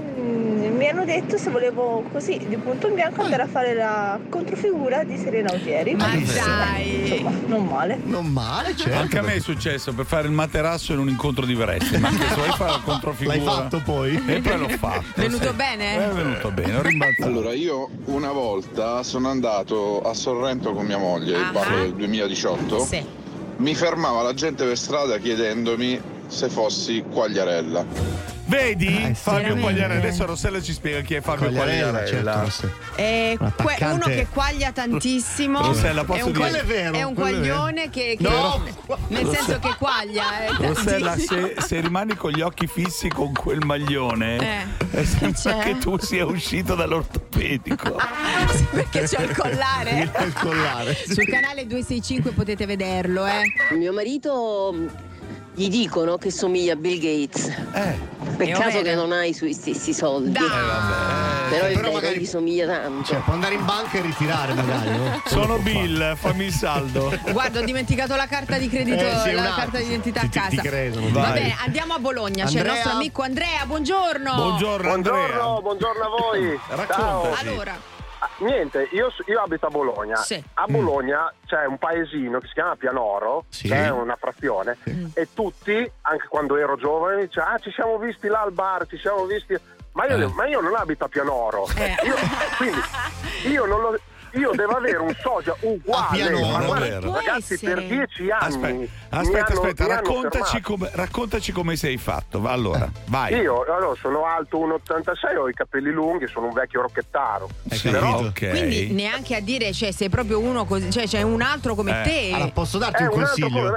mm, mi hanno detto se volevo così di punto in bianco andare a fare la controfigura di Serena Autieri. Ma dai! Insomma, non male. Non male, certo. Anche a me è successo per fare il materasso in un incontro di wrestling. Ma anche se vuoi fare la controfigura. L'hai fatto poi? E poi l'ho fatto. Venuto sì. bene? È venuto bene, ho rimbalzato. Allora, io una volta sono andato a Sorrento con mia moglie, uh-huh. parlo del duemiladiciotto. Sì. Mi fermava la gente per strada chiedendomi se fossi Quagliarella. Vedi? Eh, Fabio Quagliarella. Adesso Rossella ci spiega chi è Fabio Quagliarella. Certo, sì. È que- uno che quaglia tantissimo. Rossella, posso è un, dire? È, vero, è un quaglione è che, che no. nel senso che quaglia. Eh, Rossella, se, se rimani con gli occhi fissi con quel maglione, eh, sembra che tu sia uscito dall'ortopedico. Sì, perché c'è il collare. il collare. Sul canale duecentosessantacinque potete vederlo, eh. Mio marito gli dicono che somiglia a Bill Gates. Eh. Peccato che non hai i suoi stessi soldi. Dai. Eh, vabbè. Però, però magari gli somiglia tanto. Cioè, può andare in banca e ritirare magari, no? Sono Bill, fammi il saldo. Guarda, ho dimenticato la carta di credito, eh, sì, la carta di identità ti, a casa. Ti, ti credono, Va bene, andiamo a Bologna. Andrea. C'è il nostro amico Andrea, buongiorno. Buongiorno Andrea. Buongiorno, buongiorno a voi. Raccontaci. Allora. Niente, io, io abito a Bologna. Sì. A Bologna c'è un paesino che si chiama Pianoro, sì. che è una frazione, sì. e tutti, anche quando ero giovane, dicevano: ah, ci siamo visti là al bar, ci siamo visti. Ma io, eh. ma io non abito a Pianoro. Eh. Io, quindi io non lo. Io devo avere un socia uguale. Pianoro, ma guarda, vero. ragazzi, essere. per dieci anni. Aspetta, aspetta, hanno, aspetta raccontaci, come, raccontaci come sei fatto. Va, allora, vai. Io allora, sono alto uno virgola ottantasei, ho i capelli lunghi, sono un vecchio rocchettaro. Sì, però, okay. Quindi neanche a dire, cioè, sei proprio uno così, cioè c'è un altro come eh. te. Allora, posso darti è un un altro consiglio? come me.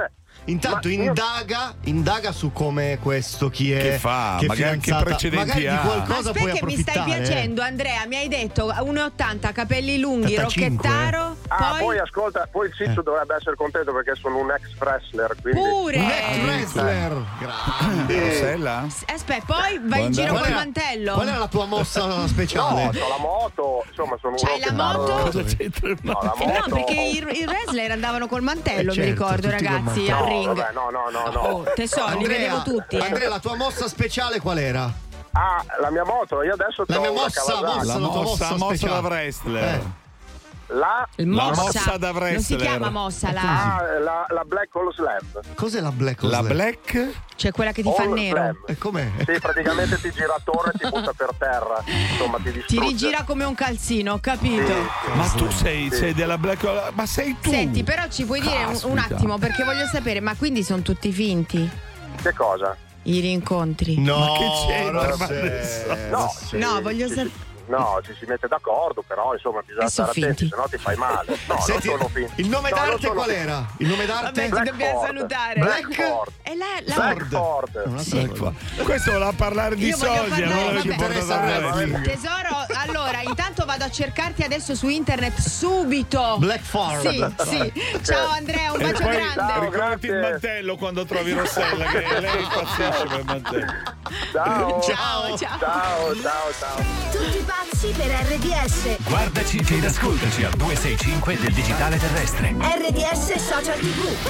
intanto Ma io- indaga, indaga su come questo chi è Che fa, che è magari che fidanzata, precedenti magari di ha. qualcosa puoi Aspetta che mi stai approfittare. piacendo, Andrea. Mi hai detto uno e ottanta, capelli lunghi, ottantacinque. rocchettaro. Ah, poi... poi ascolta, poi il Ciccio dovrebbe essere contento perché sono un ex wrestler, quindi... Pure. Un ex wrestler. Grande. Rossella? Aspetta, poi vai in giro Qual col era- mantello. Qual era la tua mossa No, speciale? c'ho la moto, insomma sono C'hai uno la che moto? parla- Cosa c'entra il No, la Eh moto... no, perché i, i wrestler andavano col mantello, Eh, mi certo, ricordo, tutti col ragazzi, mantello. al No, ring. vabbè, no, no, no, no. Oh, tesoro, li vedevo tutti. Eh. Andrea, la tua mossa speciale qual era? Ah, la mia moto, io adesso La ho mia una mossa, Kawasaki. mossa. La la tua mossa, mossa mossa speciale. da wrestler. Eh. La... Il La mossa. mossa da Non si wrestler. chiama mossa, la... Ah, la, la Black Hole Slam. Cos'è la black La Hole Slam? black? Cioè quella che ti fa All nero. Slam. E com'è? Sì, praticamente ti gira attorno e ti butta per terra. Insomma, ti Ti distrugge. rigira come un calzino, ho capito. Ma tu sei, sei della black. Ma sei tu? Senti, però ci puoi dire un, un Caspita. attimo, perché voglio sapere, ma quindi sono tutti finti Che cosa? i rincontri? No, Ma che c'entra? non Ma sei- adesso- No, sì. No, voglio Ci- sapere. No, ci si mette d'accordo, però insomma bisogna E sono stare attenti, finti. se no ti fai male. No, Senti, non sono finti. il nome No, non d'arte sono qual finti. era? Il nome d'arte? Vabbè, ti Blackford. dobbiamo salutare. Blackford. E la, la... Blackford. Non la so. Blackford. Questo voleva parlare di Io voglio soldi, parlare- allora vabbè. ci porta Interessa da a me. wrestling. Tesoro, allora, intanto vado a cercarti adesso su internet subito. Blackford. Sì, sì. Ciao Andrea, un E bacio poi grande. Ciao, ricordati il grazie. mantello quando trovi Rossella, che lei impazzisce per il mantello. Ciao. Ciao, ciao. Ciao, ciao, ciao. Tutti pazzi per R D S. Guardaci ed ascoltaci al duecentosessantacinque del digitale terrestre. R D S Social T V.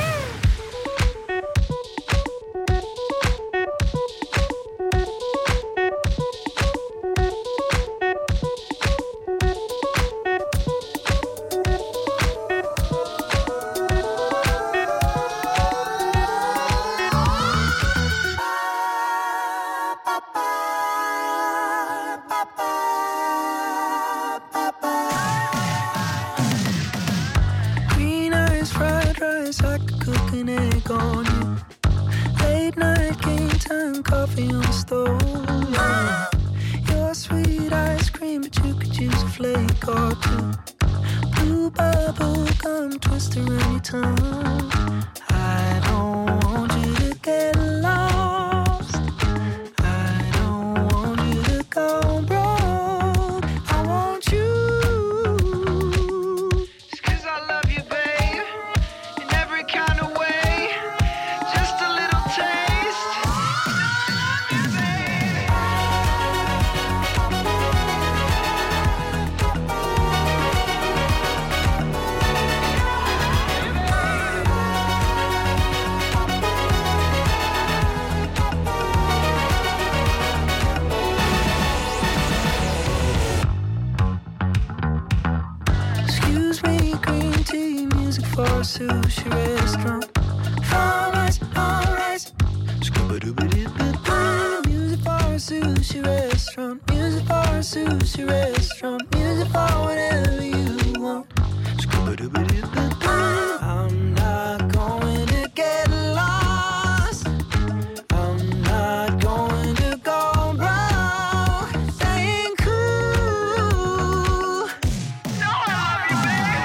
Green eyes, fried rice, I could cook an egg on you. Late night, game time, coffee on the stove. Yeah. Your sweet ice cream, but you could use a flake or two. Blue bubble gum, twist around your tongue. I don't want you to get lost. I don't want you to go broke. I want you. Cause I love you, babe, in every kind of way. Just a little taste. You know I love you, babe. Excuse me, green tea, music for a sushi restaurant. Fried rice, all rice. Scooba-dooba-doo-ba-doo. Music for a sushi restaurant. Music for a sushi restaurant. Music for whatever you want. Scooba-dooba-doo-ba-doo. I'm not going to get lost. I'm not going to go broke. Staying cool. No, I love you, babe.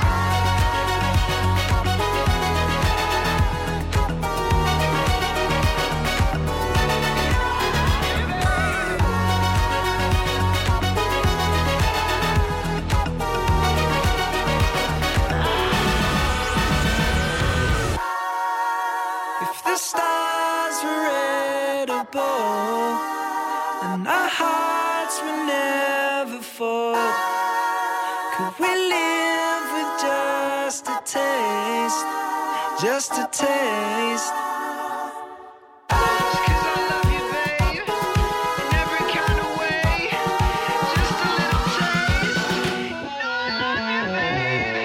If the stars were edible and our hearts would never fall, could we live with just a taste, just a taste? Just 'cause I love you, babe, in every kind of way. Just a little taste. You know I love you, baby.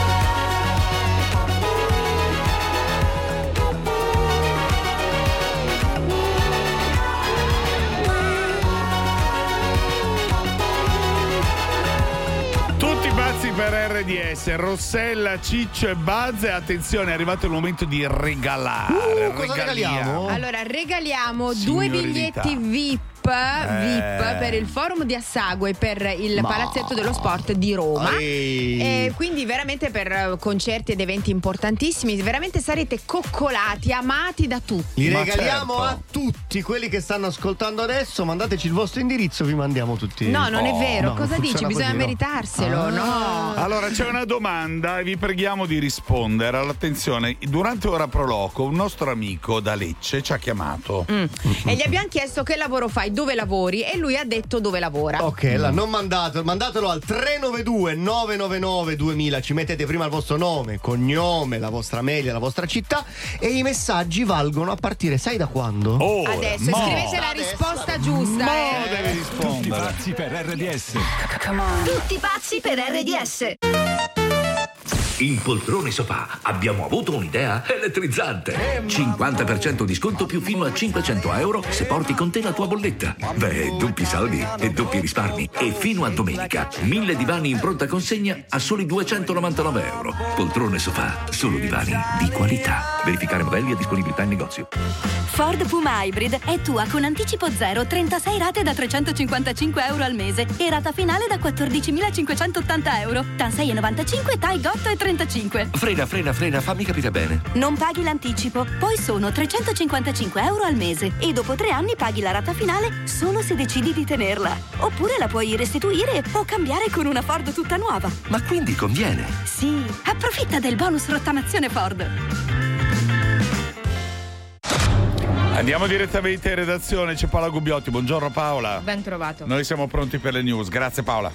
Tutti pazzi per R D S, Rossella, Ciccio e Buzz. E attenzione, è arrivato il momento di regalare. Uh, cosa regaliamo? Allora, regaliamo Signorilità. due biglietti V I P eh. V I P per il forum di Assago e per il Ma. Palazzetto dello Sport di Roma. E quindi veramente per concerti ed eventi importantissimi, veramente sarete coccolati, amati da tutti. Li Ma regaliamo certo. a tutti quelli che stanno ascoltando adesso. Mandateci il vostro indirizzo, vi mandiamo tutti. No, non è vero. No, Cosa dici? funziona Bisogna così, no? meritarselo, Ah. no? Allora c'è una domanda e vi preghiamo di rispondere. Attenzione, durante Ora Pro Loco un nostro amico da Lecce ci ha chiamato Mm. E gli abbiamo chiesto che lavoro fai, dove lavori, e lui ha detto dove lavora. Ok, allora non mandatelo, mandatelo al tre nove due nove nove nove duemila. Ci mettete prima il vostro nome, cognome, la vostra mail, la vostra città, e i messaggi valgono a partire, sai da quando? Oh, Adesso mo. scrivete la risposta giusta. Mo eh. devi rispondere. Tutti pazzi per R D S. Tutti pazzi per R D S. In Poltrone Sofà abbiamo avuto un'idea elettrizzante. cinquanta per cento di sconto più fino a cinquecento euro se porti con te la tua bolletta. Beh, doppi saldi e doppi risparmi. E fino a domenica, mille divani in pronta consegna a soli duecentonovantanove euro. Poltrone Sofà, solo divani di qualità. Verificare modelli e disponibilità in negozio. Ford Puma Hybrid è tua con anticipo zero, trentasei rate da trecentocinquantacinque euro al mese e rata finale da quattordicimilacinquecentottanta euro. TAN sei virgola novantacinque, T A I otto e trentacinque. Frena, frena, frena, fammi capire bene. Non paghi l'anticipo, poi sono trecentocinquantacinque euro al mese e dopo tre anni paghi la rata finale solo se decidi di tenerla. Oppure la puoi restituire o cambiare con una Ford tutta nuova. Ma quindi conviene? Sì, approfitta del bonus rottamazione Ford. Andiamo direttamente in redazione, c'è Paola Gubbiotti. Buongiorno Paola. Ben trovato. Noi siamo pronti per le news. Grazie Paola.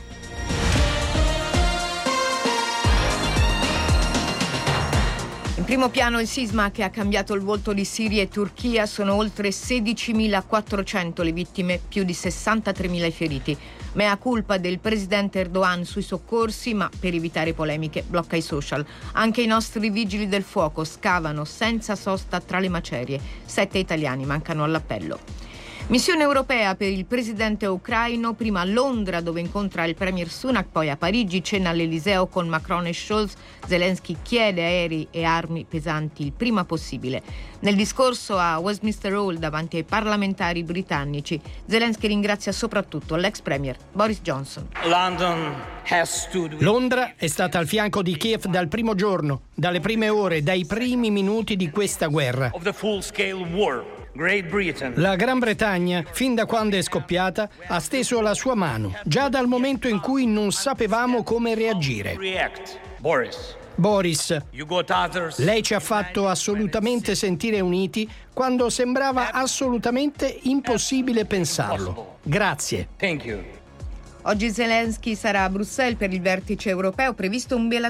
In primo piano il sisma che ha cambiato il volto di Siria e Turchia, sono oltre sedicimilaquattrocento le vittime, più di sessantatremila i feriti. Mea culpa del presidente Erdogan sui soccorsi, ma per evitare polemiche blocca i social. Anche i nostri vigili del fuoco scavano senza sosta tra le macerie. Sette italiani mancano all'appello. Missione europea per il presidente ucraino, prima a Londra dove incontra il premier Sunak, poi a Parigi, cena all'Eliseo con Macron e Scholz. Zelensky chiede aerei e armi pesanti il prima possibile. Nel discorso a Westminster Hall davanti ai parlamentari britannici, Zelensky ringrazia soprattutto l'ex premier Boris Johnson. Londra è stata al fianco di Kiev dal primo giorno, dalle prime ore, dai primi minuti di questa guerra. La Gran Bretagna, fin da quando è scoppiata, ha steso la sua mano, già dal momento in cui non sapevamo come reagire. Boris, lei ci ha fatto assolutamente sentire uniti quando sembrava assolutamente impossibile pensarlo. Grazie. Oggi Zelensky sarà a Bruxelles per il vertice europeo, previsto un bel